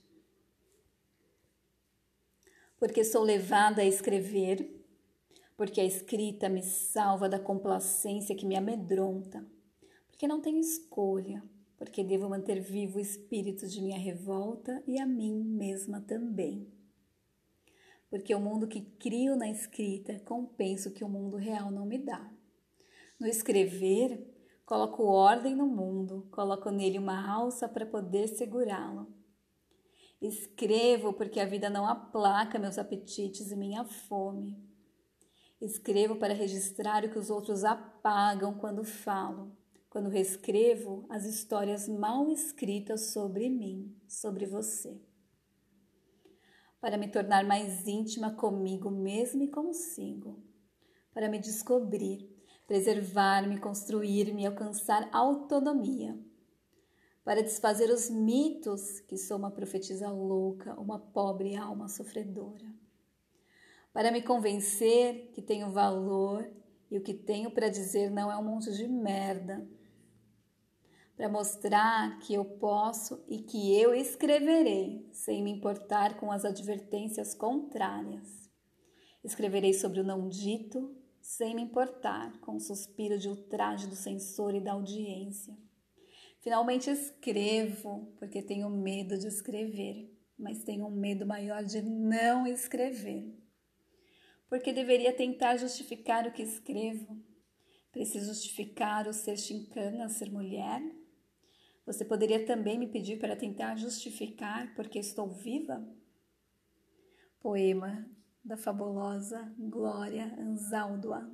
Porque sou levada a escrever, porque a escrita me salva da complacência que me amedronta, porque não tenho escolha, porque devo manter vivo o espírito de minha revolta e a mim mesma também. Porque o mundo que crio na escrita compensa o que o mundo real não me dá. No escrever, coloco ordem no mundo, coloco nele uma alça para poder segurá-lo. Escrevo porque a vida não aplaca meus apetites e minha fome. Escrevo para registrar o que os outros apagam quando falo, quando reescrevo as histórias mal escritas sobre mim, sobre você. Para me tornar mais íntima comigo mesma e consigo. Para me descobrir, preservar-me, construir-me e alcançar autonomia. para desfazer os mitos que sou uma profetisa louca, uma pobre alma sofredora, para me convencer que tenho valor e o que tenho para dizer não é um monte de merda, para mostrar que eu posso e que eu escreverei, sem me importar com as advertências contrárias. Escreverei sobre o não dito, sem me importar com o suspiro de ultraje do censor e da audiência. Finalmente escrevo, porque tenho medo de escrever, mas tenho um medo maior de não escrever. Porque deveria tentar justificar o que escrevo. Preciso justificar o ser chincana, ser mulher? Você poderia também me pedir para tentar justificar porque estou viva? Poema da fabulosa Glória Anzaldúa.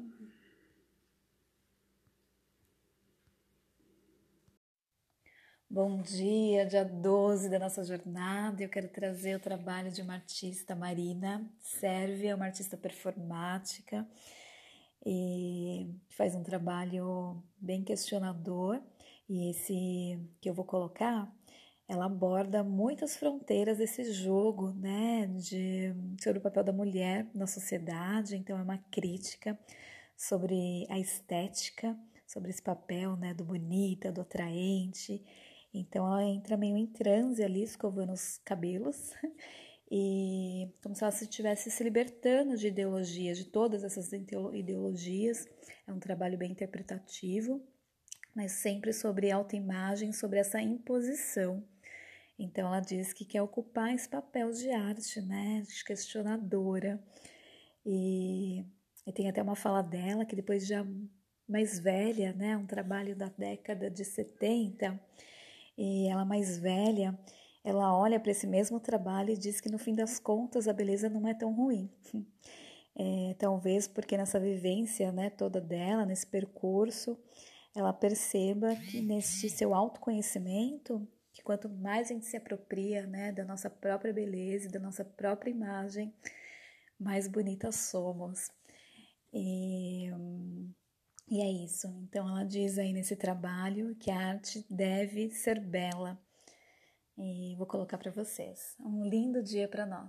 Bom dia, dia 12 da nossa jornada. Eu quero trazer o trabalho de uma artista, Marina Sérvia, uma artista performática e faz um trabalho bem questionador. E esse que eu vou colocar, ela aborda muitas fronteiras desse jogo, né, sobre o papel da mulher na sociedade. Então é uma crítica sobre a estética, sobre esse papel, né, do bonita, do atraente. Então ela entra meio em transe ali, escovando os cabelos, e como se ela estivesse se libertando de ideologias, de todas essas ideologias. É um trabalho bem interpretativo, mas sempre sobre autoimagem, sobre essa imposição. Então ela diz que quer ocupar esse papel de arte, né, de questionadora. E tem até uma fala dela que depois já mais velha, né, um trabalho da década de 70, e ela mais velha, ela olha para esse mesmo trabalho e diz que no fim das contas a beleza não é tão ruim. Talvez porque nessa vivência, né, toda dela, nesse percurso, ela perceba que nesse seu autoconhecimento, que quanto mais a gente se apropria, né, da nossa própria beleza, da nossa própria imagem, mais bonitas somos. E é isso. Então ela diz aí nesse trabalho que a arte deve ser bela. E vou colocar para vocês. Um lindo dia para nós.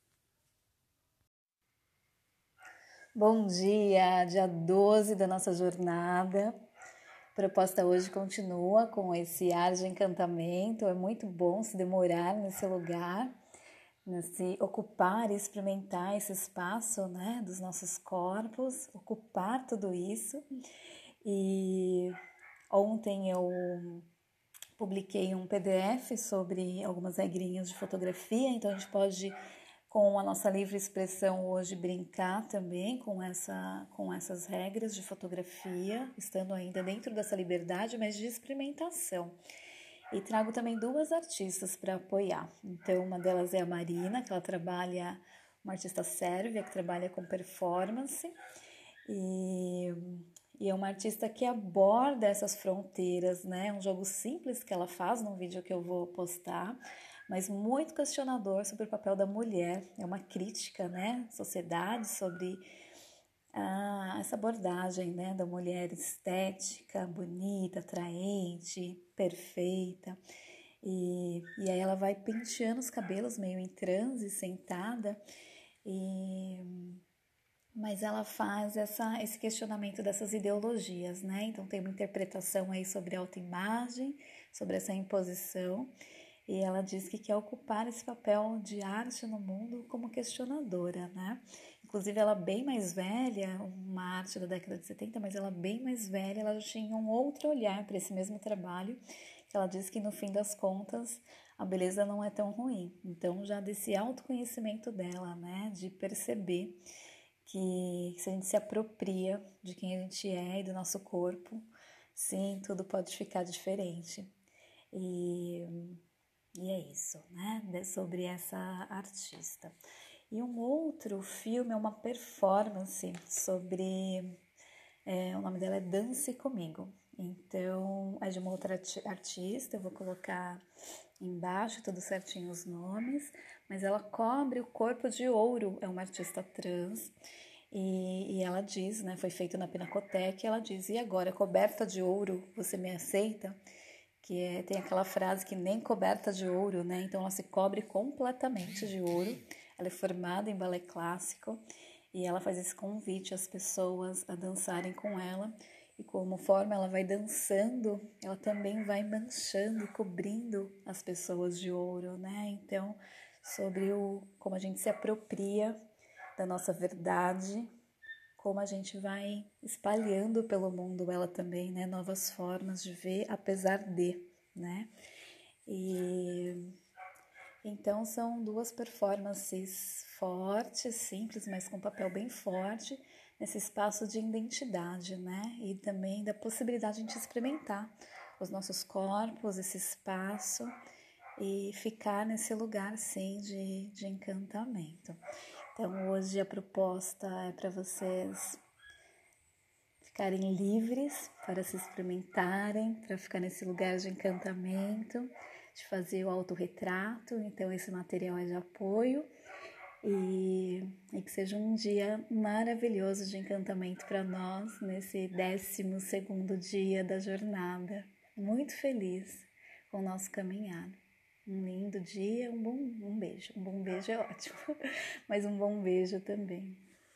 Bom dia, dia 12 da nossa jornada. A proposta hoje continua com esse ar de encantamento. É muito bom se demorar nesse lugar, se ocupar e experimentar esse espaço, né, dos nossos corpos, ocupar tudo isso. E ontem eu publiquei um PDF sobre algumas regrinhas de fotografia, então a gente pode, com a nossa livre expressão hoje, brincar também com essas regras de fotografia, estando ainda dentro dessa liberdade, mas de experimentação. E trago também duas artistas para apoiar. Então, uma delas é a Marina, que ela trabalha, uma artista sérvia, que trabalha com performance, e é uma artista que aborda essas fronteiras, né? Um jogo simples que ela faz num vídeo que eu vou postar, mas muito questionador sobre o papel da mulher. É uma crítica, né, à sociedade sobre essa abordagem, né, da mulher estética, bonita, atraente, perfeita. E aí ela vai penteando os cabelos meio em transe, sentada, mas ela faz esse questionamento dessas ideologias, né? Então tem uma interpretação aí sobre a autoimagem, sobre essa imposição, e ela diz que quer ocupar esse papel de arte no mundo como questionadora, né? Inclusive ela bem mais velha, uma arte da década de 70, mas ela bem mais velha, ela já tinha um outro olhar para esse mesmo trabalho, que ela diz que no fim das contas a beleza não é tão ruim. Então já desse autoconhecimento dela, né? De perceber que se a gente se apropria de quem a gente é e do nosso corpo, sim, tudo pode ficar diferente. E é isso, né? Sobre essa artista. E um outro filme é uma performance sobre... o nome dela é Dance Comigo. Então, é de uma outra artista, eu vou colocar embaixo tudo certinho os nomes, mas ela cobre o corpo de ouro, é uma artista trans, e ela diz, né, foi feito na Pinacoteca, e ela diz, e agora, coberta de ouro, você me aceita? tem aquela frase que nem coberta de ouro, né? Então ela se cobre completamente de ouro. Ela é formada em balé clássico e ela faz esse convite às pessoas a dançarem com ela. E conforme ela vai dançando, ela também vai manchando e cobrindo as pessoas de ouro, né? Então, sobre como a gente se apropria da nossa verdade, como a gente vai espalhando pelo mundo ela também, né? Novas formas de ver, apesar de, né? E então são duas performances fortes, simples, mas com papel bem forte, nesse espaço de identidade, né? E também da possibilidade de a gente experimentar os nossos corpos, esse espaço e ficar nesse lugar, sim, de encantamento. Então, hoje a proposta é para vocês ficarem livres para se experimentarem, para ficar nesse lugar de encantamento, de fazer o autorretrato. Então, esse material é de apoio e que seja um dia maravilhoso de encantamento para nós nesse 12º dia da jornada. Muito feliz com o nosso caminhar. Um lindo dia, um beijo. Um bom beijo é ótimo, mas um bom beijo também.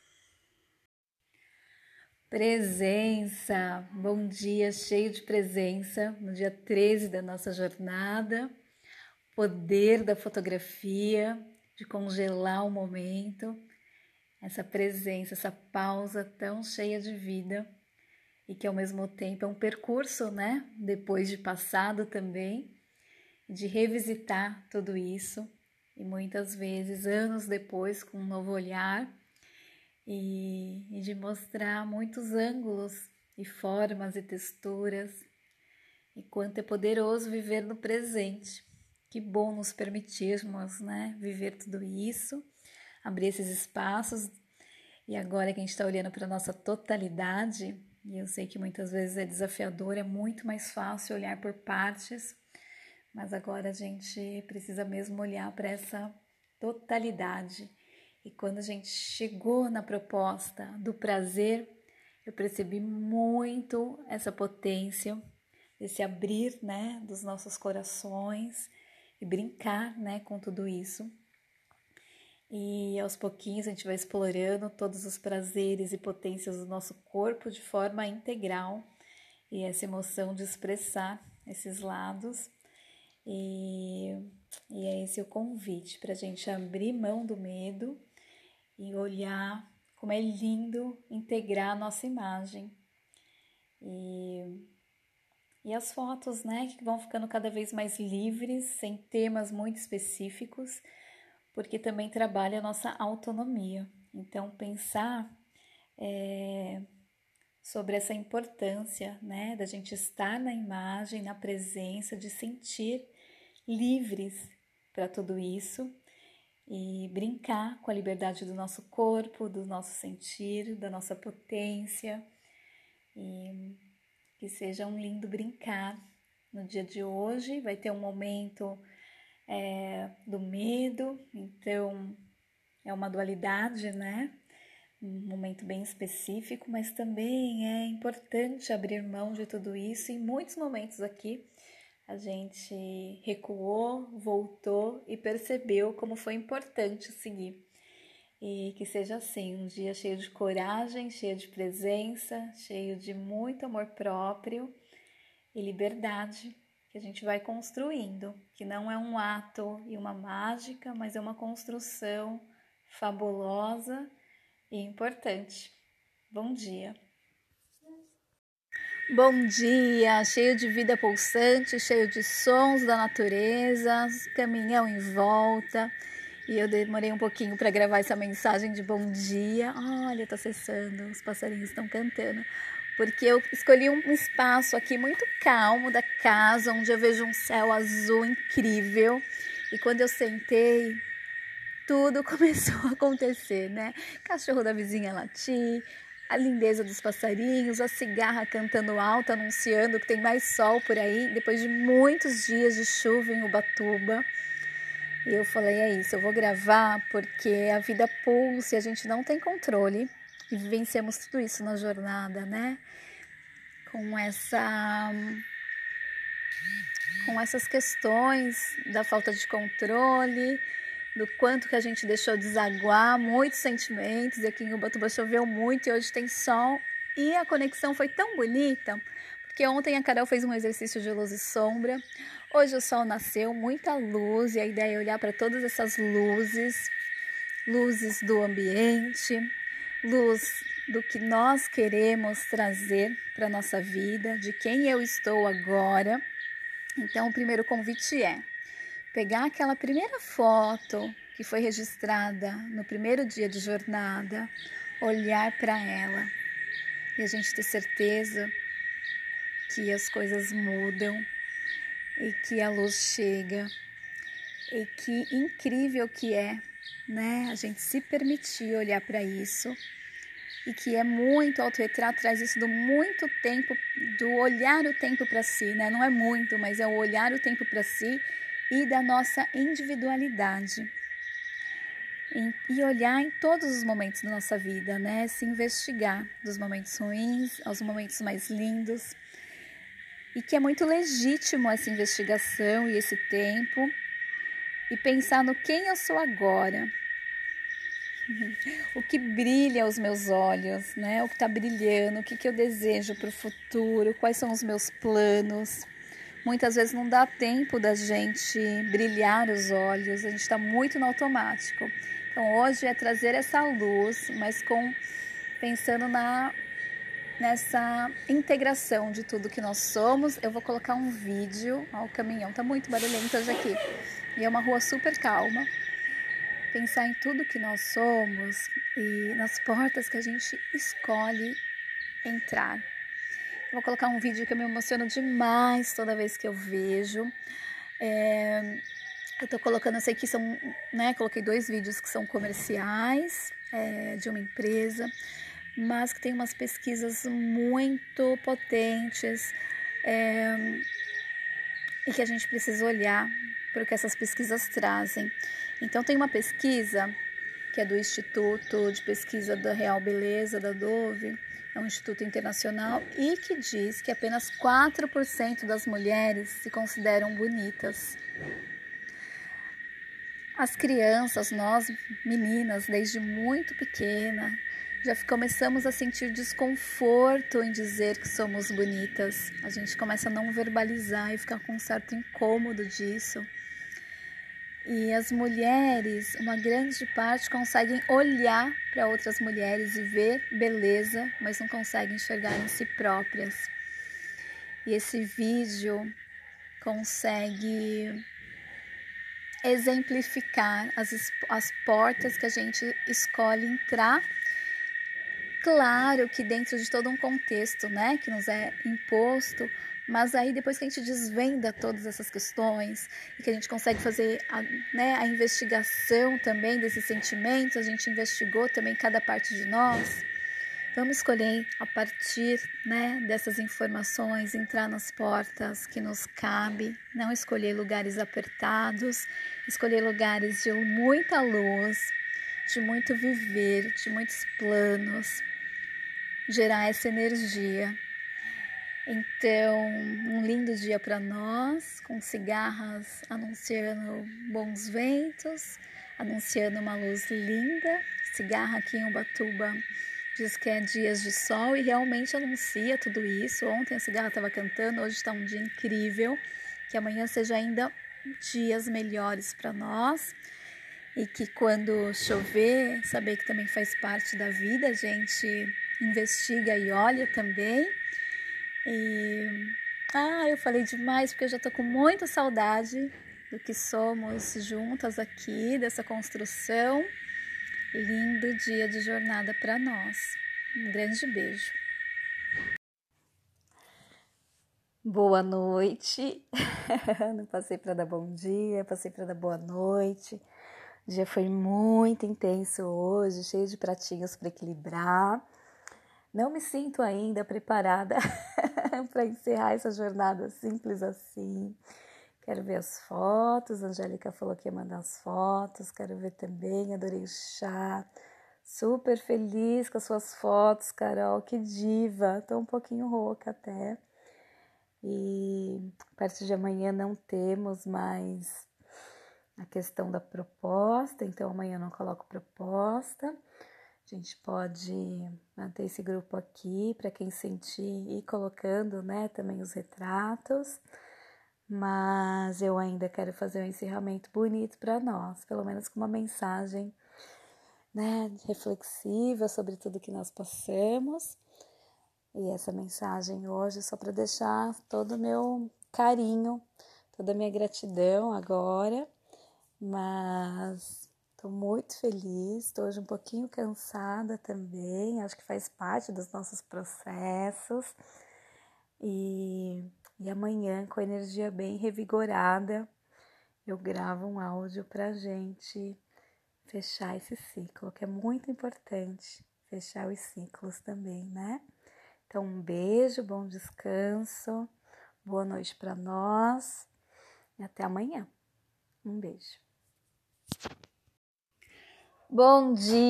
Presença, bom dia, cheio de presença no dia 13 da nossa jornada. Poder da fotografia, de congelar o momento, essa presença, essa pausa tão cheia de vida e que ao mesmo tempo é um percurso, né? Depois de passado também, de revisitar tudo isso e muitas vezes anos depois com um novo olhar e de mostrar muitos ângulos e formas e texturas e quanto é poderoso viver no presente. Que bom nos permitirmos, né, viver tudo isso, abrir esses espaços. E agora que a gente está olhando para a nossa totalidade, e eu sei que muitas vezes é desafiador, é muito mais fácil olhar por partes, mas agora a gente precisa mesmo olhar para essa totalidade. E quando a gente chegou na proposta do prazer, eu percebi muito essa potência, esse abrir, né, dos nossos corações e brincar, né, com tudo isso. E aos pouquinhos a gente vai explorando todos os prazeres e potências do nosso corpo de forma integral e essa emoção de expressar esses lados. E é esse o convite para a gente abrir mão do medo e olhar como é lindo integrar a nossa imagem. E as fotos, né, que vão ficando cada vez mais livres, sem temas muito específicos, porque também trabalha a nossa autonomia. Então, pensar sobre essa importância, né, da gente estar na imagem, na presença, de sentir livres para tudo isso e brincar com a liberdade do nosso corpo, do nosso sentir, da nossa potência, e que seja um lindo brincar no dia de hoje. Vai ter um momento do medo, então é uma dualidade, né? Um momento bem específico, mas também é importante abrir mão de tudo isso. Em muitos momentos aqui a gente recuou, voltou e percebeu como foi importante seguir. E que seja assim, um dia cheio de coragem, cheio de presença, cheio de muito amor próprio e liberdade que a gente vai construindo, que não é um ato e uma mágica, mas é uma construção fabulosa e importante. Bom dia! Bom dia, cheio de vida pulsante, cheio de sons da natureza, caminhão em volta. E eu demorei um pouquinho para gravar essa mensagem de bom dia. Olha, tá acessando, os passarinhos estão cantando. Porque eu escolhi um espaço aqui muito calmo da casa, onde eu vejo um céu azul incrível. E quando eu sentei, tudo começou a acontecer, né? Cachorro da vizinha latir, a lindeza dos passarinhos, a cigarra cantando alto, anunciando que tem mais sol por aí, depois de muitos dias de chuva em Ubatuba. E eu falei, é isso, eu vou gravar porque a vida pulsa e a gente não tem controle. E vivenciamos tudo isso na jornada, né? Com com essas questões da falta de controle, do quanto que a gente deixou desaguar muitos sentimentos. E aqui em Ubatuba choveu muito e hoje tem sol. E a conexão foi tão bonita, porque ontem a Carol fez um exercício de luz e sombra. Hoje o sol nasceu, muita luz, e a ideia é olhar para todas essas luzes, luzes do ambiente, luz do que nós queremos trazer para a nossa vida, de quem eu estou agora. Então, o primeiro convite é pegar aquela primeira foto que foi registrada no primeiro dia de jornada, olhar para ela e a gente ter certeza que as coisas mudam e que a luz chega e que incrível que é, né? A gente se permitir olhar para isso e que é muito, autorretrato traz isso do muito tempo, do olhar o tempo para si, né? Não é muito, mas é o olhar o tempo para si e da nossa individualidade. E olhar em todos os momentos da nossa vida, né? Se investigar dos momentos ruins aos momentos mais lindos. E que é muito legítimo essa investigação e esse tempo. E pensar no quem eu sou agora. O que brilha aos meus olhos, né? O que está brilhando, o que eu desejo para o futuro, quais são os meus planos. Muitas vezes não dá tempo da gente brilhar os olhos, a gente está muito no automático. Então hoje é trazer essa luz, mas pensando nessa integração de tudo que nós somos. Eu vou colocar um vídeo, ó, o caminhão está muito barulhento hoje aqui, e é uma rua super calma. Pensar em tudo que nós somos e nas portas que a gente escolhe entrar. Vou colocar um vídeo que eu me emociono demais toda vez que eu vejo. Eu tô colocando, eu sei que são, né? Coloquei 2 vídeos que são comerciais, de uma empresa, mas que tem umas pesquisas muito potentes, e que a gente precisa olhar para o que essas pesquisas trazem. Então tem uma pesquisa que é do Instituto de Pesquisa da Real Beleza, da Dove, é um instituto internacional, e que diz que apenas 4% das mulheres se consideram bonitas. As crianças, nós meninas, desde muito pequena, já começamos a sentir desconforto em dizer que somos bonitas. A gente começa a não verbalizar e ficar com um certo incômodo disso. E as mulheres, uma grande parte, conseguem olhar para outras mulheres e ver beleza, mas não conseguem enxergar em si próprias. E esse vídeo consegue exemplificar as portas que a gente escolhe entrar. Claro que dentro de todo um contexto, né, que nos é imposto, mas aí depois que a gente desvenda todas essas questões e que a gente consegue fazer a investigação também desses sentimentos, a gente investigou também cada parte de nós, vamos escolher a partir, né, dessas informações, entrar nas portas que nos cabe, não escolher lugares apertados, escolher lugares de muita luz, de muito viver, de muitos planos, gerar essa energia. Então, um lindo dia para nós, com cigarras anunciando bons ventos, anunciando uma luz linda. Cigarra aqui em Ubatuba diz que é dias de sol e realmente anuncia tudo isso. Ontem a cigarra estava cantando, hoje está um dia incrível. Que amanhã seja ainda dias melhores para nós. E que quando chover, saber que também faz parte da vida, a gente investiga e olha também. Eu falei demais porque eu já tô com muita saudade do que somos juntas aqui, dessa construção. Lindo dia de jornada para nós. Um grande beijo. Boa noite. Não passei para dar bom dia, passei para dar boa noite. O dia foi muito intenso hoje, cheio de pratinhos para equilibrar. Não me sinto ainda preparada para encerrar essa jornada simples assim. Quero ver as fotos, a Angélica falou que ia mandar as fotos, quero ver também, adorei o chá. Super feliz com as suas fotos, Carol, que diva, tô um pouquinho rouca até. e a partir de amanhã não temos mais a questão da proposta, então amanhã eu não coloco proposta. A gente pode manter esse grupo aqui para quem sentir ir colocando, né, também os retratos, mas eu ainda quero fazer um encerramento bonito para nós, pelo menos com uma mensagem, né, reflexiva sobre tudo que nós passamos. E essa mensagem hoje é só para deixar todo o meu carinho, toda a minha gratidão agora, mas estou muito feliz, estou hoje um pouquinho cansada também, acho que faz parte dos nossos processos. E amanhã, com a energia bem revigorada, eu gravo um áudio para a gente fechar esse ciclo, que é muito importante, fechar os ciclos também, né? Então, um beijo, bom descanso, boa noite para nós e até amanhã. Um beijo. Bom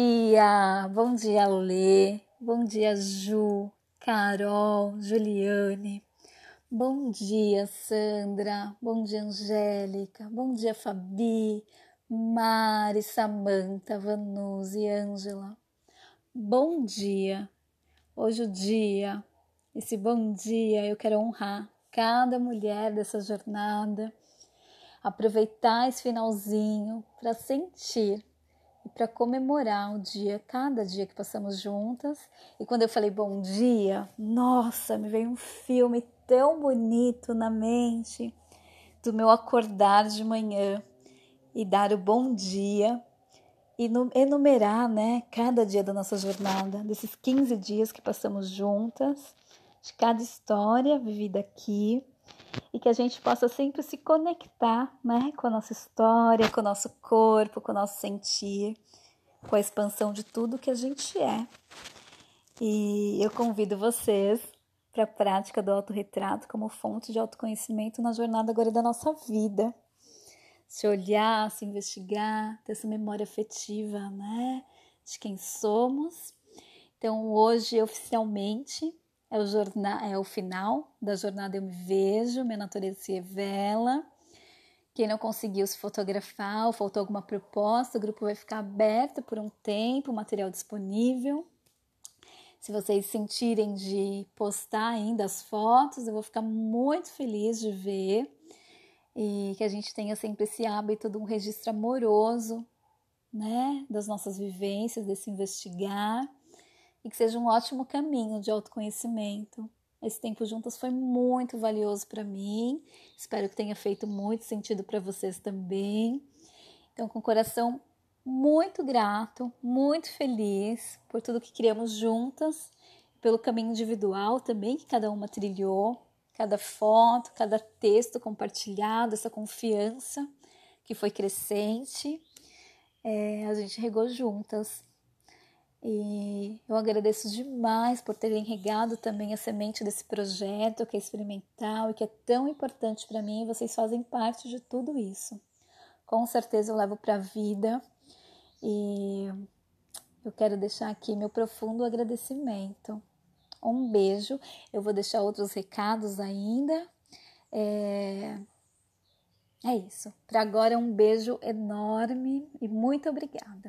dia Lê, bom dia Ju, Carol, Juliane, bom dia Sandra, bom dia Angélica, bom dia Fabi, Mari, Samanta, Vanusa e Ângela. Bom dia. Hoje esse bom dia, eu quero honrar cada mulher dessa jornada, aproveitar esse finalzinho para sentir e para comemorar o dia, cada dia que passamos juntas. E quando eu falei bom dia, nossa, me veio um filme tão bonito na mente do meu acordar de manhã e dar o bom dia e enumerar, né, cada dia da nossa jornada, desses 15 dias que passamos juntas, de cada história vivida aqui, e que a gente possa sempre se conectar, né, com a nossa história, com o nosso corpo, com o nosso sentir, com a expansão de tudo que a gente é. E eu convido vocês para a prática do autorretrato como fonte de autoconhecimento na jornada agora da nossa vida. Se olhar, se investigar, ter essa memória afetiva, né, de quem somos. Então, hoje, oficialmente, é o final da jornada Eu Me Vejo, Minha Natureza Se Revela. Quem não conseguiu se fotografar ou faltou alguma proposta, o grupo vai ficar aberto por um tempo, material disponível. Se vocês sentirem de postar ainda as fotos, eu vou ficar muito feliz de ver. E que a gente tenha sempre esse hábito de um registro amoroso, né, das nossas vivências, desse investigar, e que seja um ótimo caminho de autoconhecimento. Esse tempo juntas foi muito valioso para mim, espero que tenha feito muito sentido para vocês também. Então, com o coração muito grato, muito feliz por tudo que criamos juntas, pelo caminho individual também que cada uma trilhou, cada foto, cada texto compartilhado, essa confiança que foi crescente, a gente regou juntas. E eu agradeço demais por terem regado também a semente desse projeto que é experimental e que é tão importante para mim. Vocês fazem parte de tudo isso. Com certeza eu levo para a vida e eu quero deixar aqui meu profundo agradecimento. Um beijo, eu vou deixar outros recados ainda. É isso. Para agora, um beijo enorme e muito obrigada.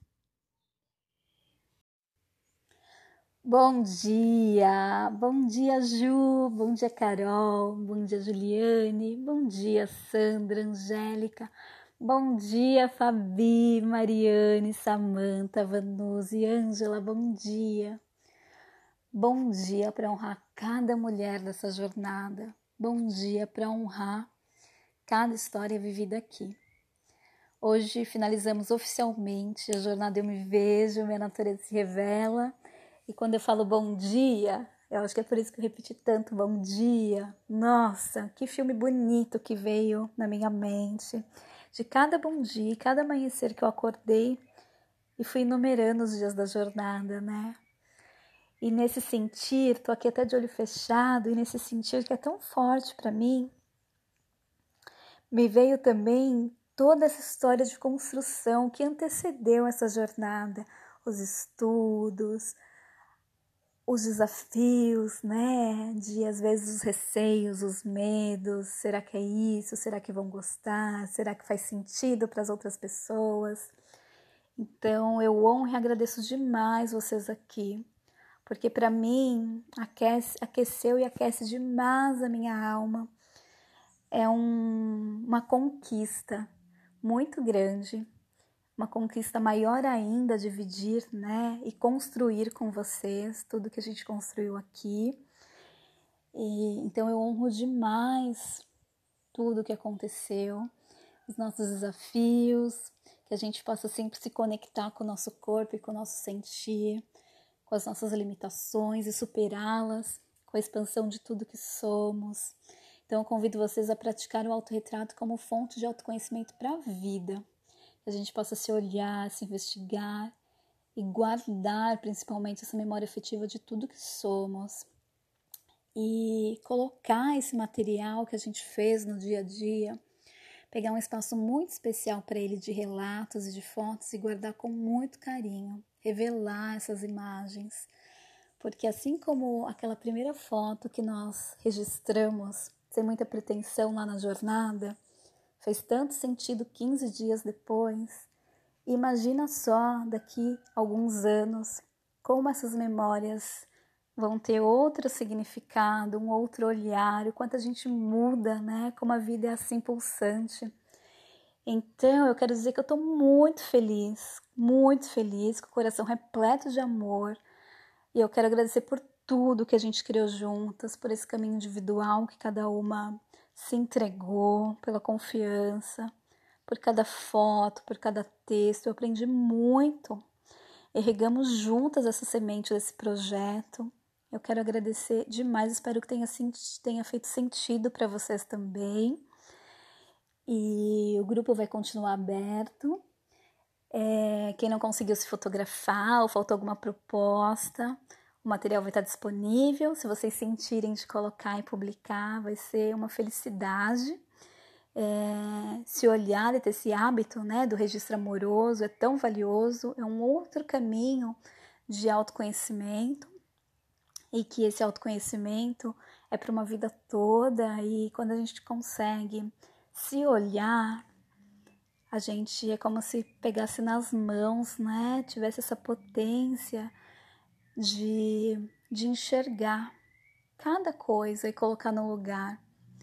Bom dia Ju, bom dia Carol, bom dia Juliane, bom dia Sandra, Angélica, bom dia Fabi, Mariane, Samanta, Vanusa e Ângela, bom dia. Bom dia para honrar cada mulher dessa jornada. Bom dia para honrar cada história vivida aqui. Hoje finalizamos oficialmente a jornada Eu Me Vejo, Minha Natureza Se Revela. E quando eu falo bom dia, eu acho que é por isso que eu repeti tanto bom dia. Nossa, que filme bonito que veio na minha mente. De cada bom dia, cada amanhecer que eu acordei e fui enumerando os dias da jornada, né? E nesse sentir, tô aqui até de olho fechado, e nesse sentir que é tão forte para mim, me veio também toda essa história de construção que antecedeu essa jornada, os estudos, os desafios, né? De às vezes os receios, os medos. Será que é isso? Será que vão gostar? Será que faz sentido para as outras pessoas? Então eu honro e agradeço demais vocês aqui, porque para mim aqueceu e aquece demais a minha alma. É uma conquista muito grande, uma conquista maior ainda, dividir, né, e construir com vocês tudo que a gente construiu aqui. E então eu honro demais tudo que aconteceu, os nossos desafios, que a gente possa sempre se conectar com o nosso corpo e com o nosso sentir, com as nossas limitações e superá-las, com a expansão de tudo que somos. Então eu convido vocês a praticar o autorretrato como fonte de autoconhecimento para a vida. Que a gente possa se olhar, se investigar e guardar principalmente essa memória afetiva de tudo que somos. E colocar esse material que a gente fez no dia a dia, pegar um espaço muito especial para ele de relatos e de fotos e guardar com muito carinho, revelar essas imagens. Porque assim como aquela primeira foto que nós registramos sem muita pretensão lá na jornada, fez tanto sentido 15 dias depois, imagina só daqui a alguns anos como essas memórias vão ter outro significado, um outro olhar, o quanto a gente muda, né? Como a vida é assim pulsante. Então, eu quero dizer que eu estou muito feliz, com o coração repleto de amor. E eu quero agradecer por tudo que a gente criou juntas, por esse caminho individual que cada uma se entregou, pela confiança, por cada foto, por cada texto. Eu aprendi muito. E regamos juntas essa semente desse projeto. Eu quero agradecer demais, espero que tenha feito sentido para vocês também. E o grupo vai continuar aberto. Quem não conseguiu se fotografar ou faltou alguma proposta, o material vai estar disponível. Se vocês sentirem de colocar e publicar, vai ser uma felicidade. Se olhar e ter esse hábito, né, do registro amoroso é tão valioso, é um outro caminho de autoconhecimento, e que esse autoconhecimento é para uma vida toda. E quando a gente consegue se olhar, a gente é como se pegasse nas mãos, né? Tivesse essa potência de enxergar cada coisa e colocar no lugar.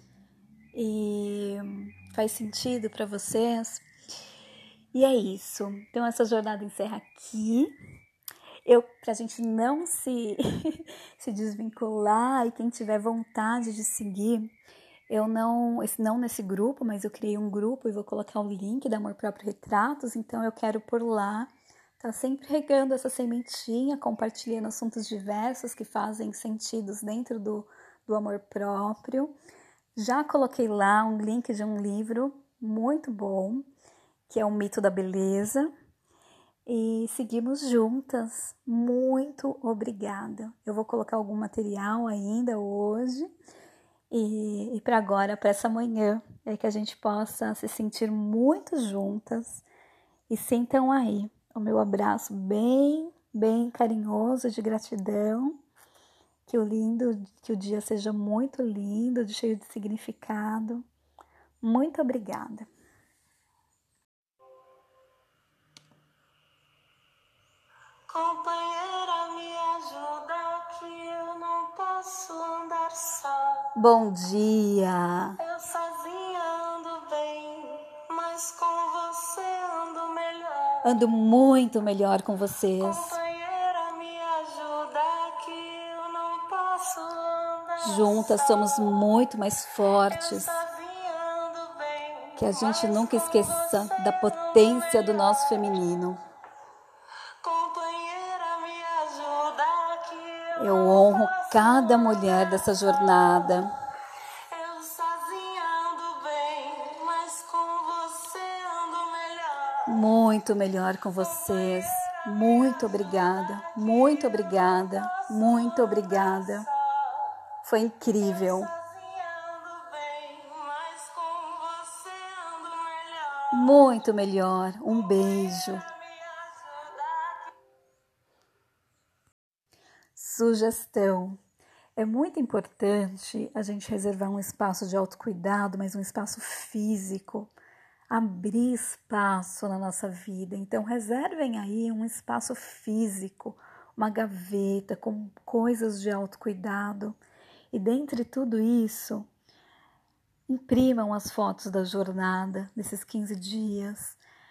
E faz sentido para vocês? E é isso. Então essa jornada encerra aqui. Pra gente não se desvincular, e quem tiver vontade de seguir, não nesse grupo, mas eu criei um grupo e vou colocar o link da Amor Próprio Retratos. Então eu quero por lá tá sempre regando essa sementinha, compartilhando assuntos diversos que fazem sentidos dentro do amor próprio. Já coloquei lá um link de um livro muito bom, que é O Mito da Beleza. E seguimos juntas. Muito obrigada. Eu vou colocar algum material ainda hoje. E para agora, para essa manhã, é que a gente possa se sentir muito juntas. E sintam aí o meu abraço bem, bem carinhoso de gratidão. Que o dia seja muito lindo, cheio de significado. Muito obrigada. Companheira, me ajuda que eu não posso andar só. Bom dia! Eu sozinha ando bem, mas com você ando melhor. Ando muito melhor com vocês. Companheira, me ajuda que eu não posso andar Juntas só. somos muito mais fortes. Eu sozinha ando bem, Que a gente mas nunca com esqueça você da potência do nosso feminino. Companheira, me ajuda que Eu honro cada mulher dessa jornada. eu sozinha ando bem, mas com você ando melhor. Muito melhor com vocês. Muito obrigada, muito obrigada, muito obrigada. Foi incrível. Sozinha ando bem, mas com você ando melhor. Muito melhor. Um beijo. Me ajuda. Sugestão. É muito importante a gente reservar um espaço de autocuidado, mas um espaço físico, abrir espaço na nossa vida. Então, reservem aí um espaço físico, uma gaveta com coisas de autocuidado. E dentre tudo isso, imprimam as fotos da jornada, desses 15 dias,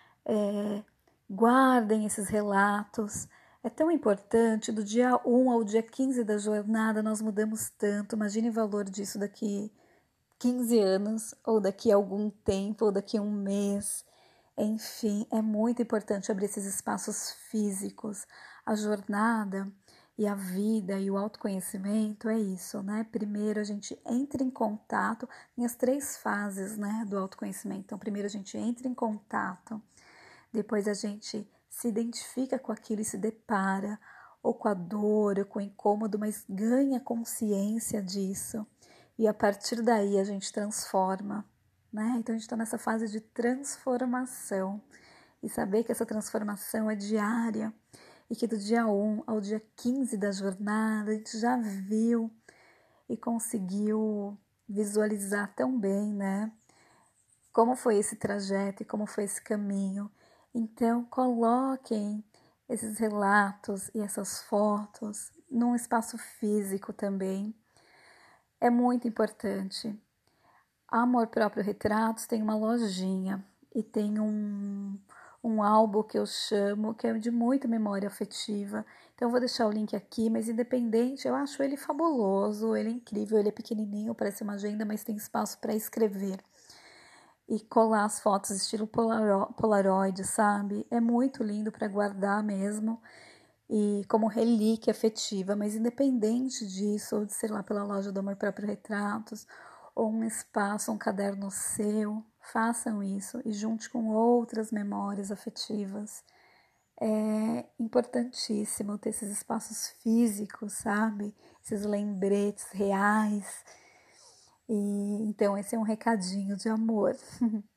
guardem esses relatos. É tão importante, do dia 1 ao dia 15 da jornada nós mudamos tanto, imagine o valor disso daqui 15 anos, ou daqui a algum tempo, ou daqui a um mês. Enfim, é muito importante abrir esses espaços físicos. A jornada e a vida e o autoconhecimento é isso, né? Primeiro a gente entra em contato, tem as 3 fases, né, do autoconhecimento. Então, primeiro a gente entra em contato, depois a gente se identifica com aquilo e se depara, ou com a dor, ou com o incômodo, mas ganha consciência disso. E a partir daí a gente transforma, né? Então a gente está nessa fase de transformação. E saber que essa transformação é diária. E que do dia 1 ao dia 15 da jornada a gente já viu e conseguiu visualizar tão bem, né? Como foi esse trajeto e como foi esse caminho. Então, coloquem esses relatos e essas fotos num espaço físico também. É muito importante. A Amor Próprio Retratos tem uma lojinha e tem um álbum que eu chamo, que é de muita memória afetiva. Então, eu vou deixar o link aqui, mas independente, eu acho ele fabuloso, ele é incrível, ele é pequenininho, parece uma agenda, mas tem espaço para escrever. E colar as fotos estilo Polaroid, sabe? É muito lindo para guardar mesmo e como relíquia afetiva, mas independente disso, ou de ser lá pela loja do Amor Próprio Retratos, ou um espaço, um caderno seu, façam isso e junte com outras memórias afetivas. É importantíssimo ter esses espaços físicos, sabe? Esses lembretes reais. E então esse é um recadinho de amor.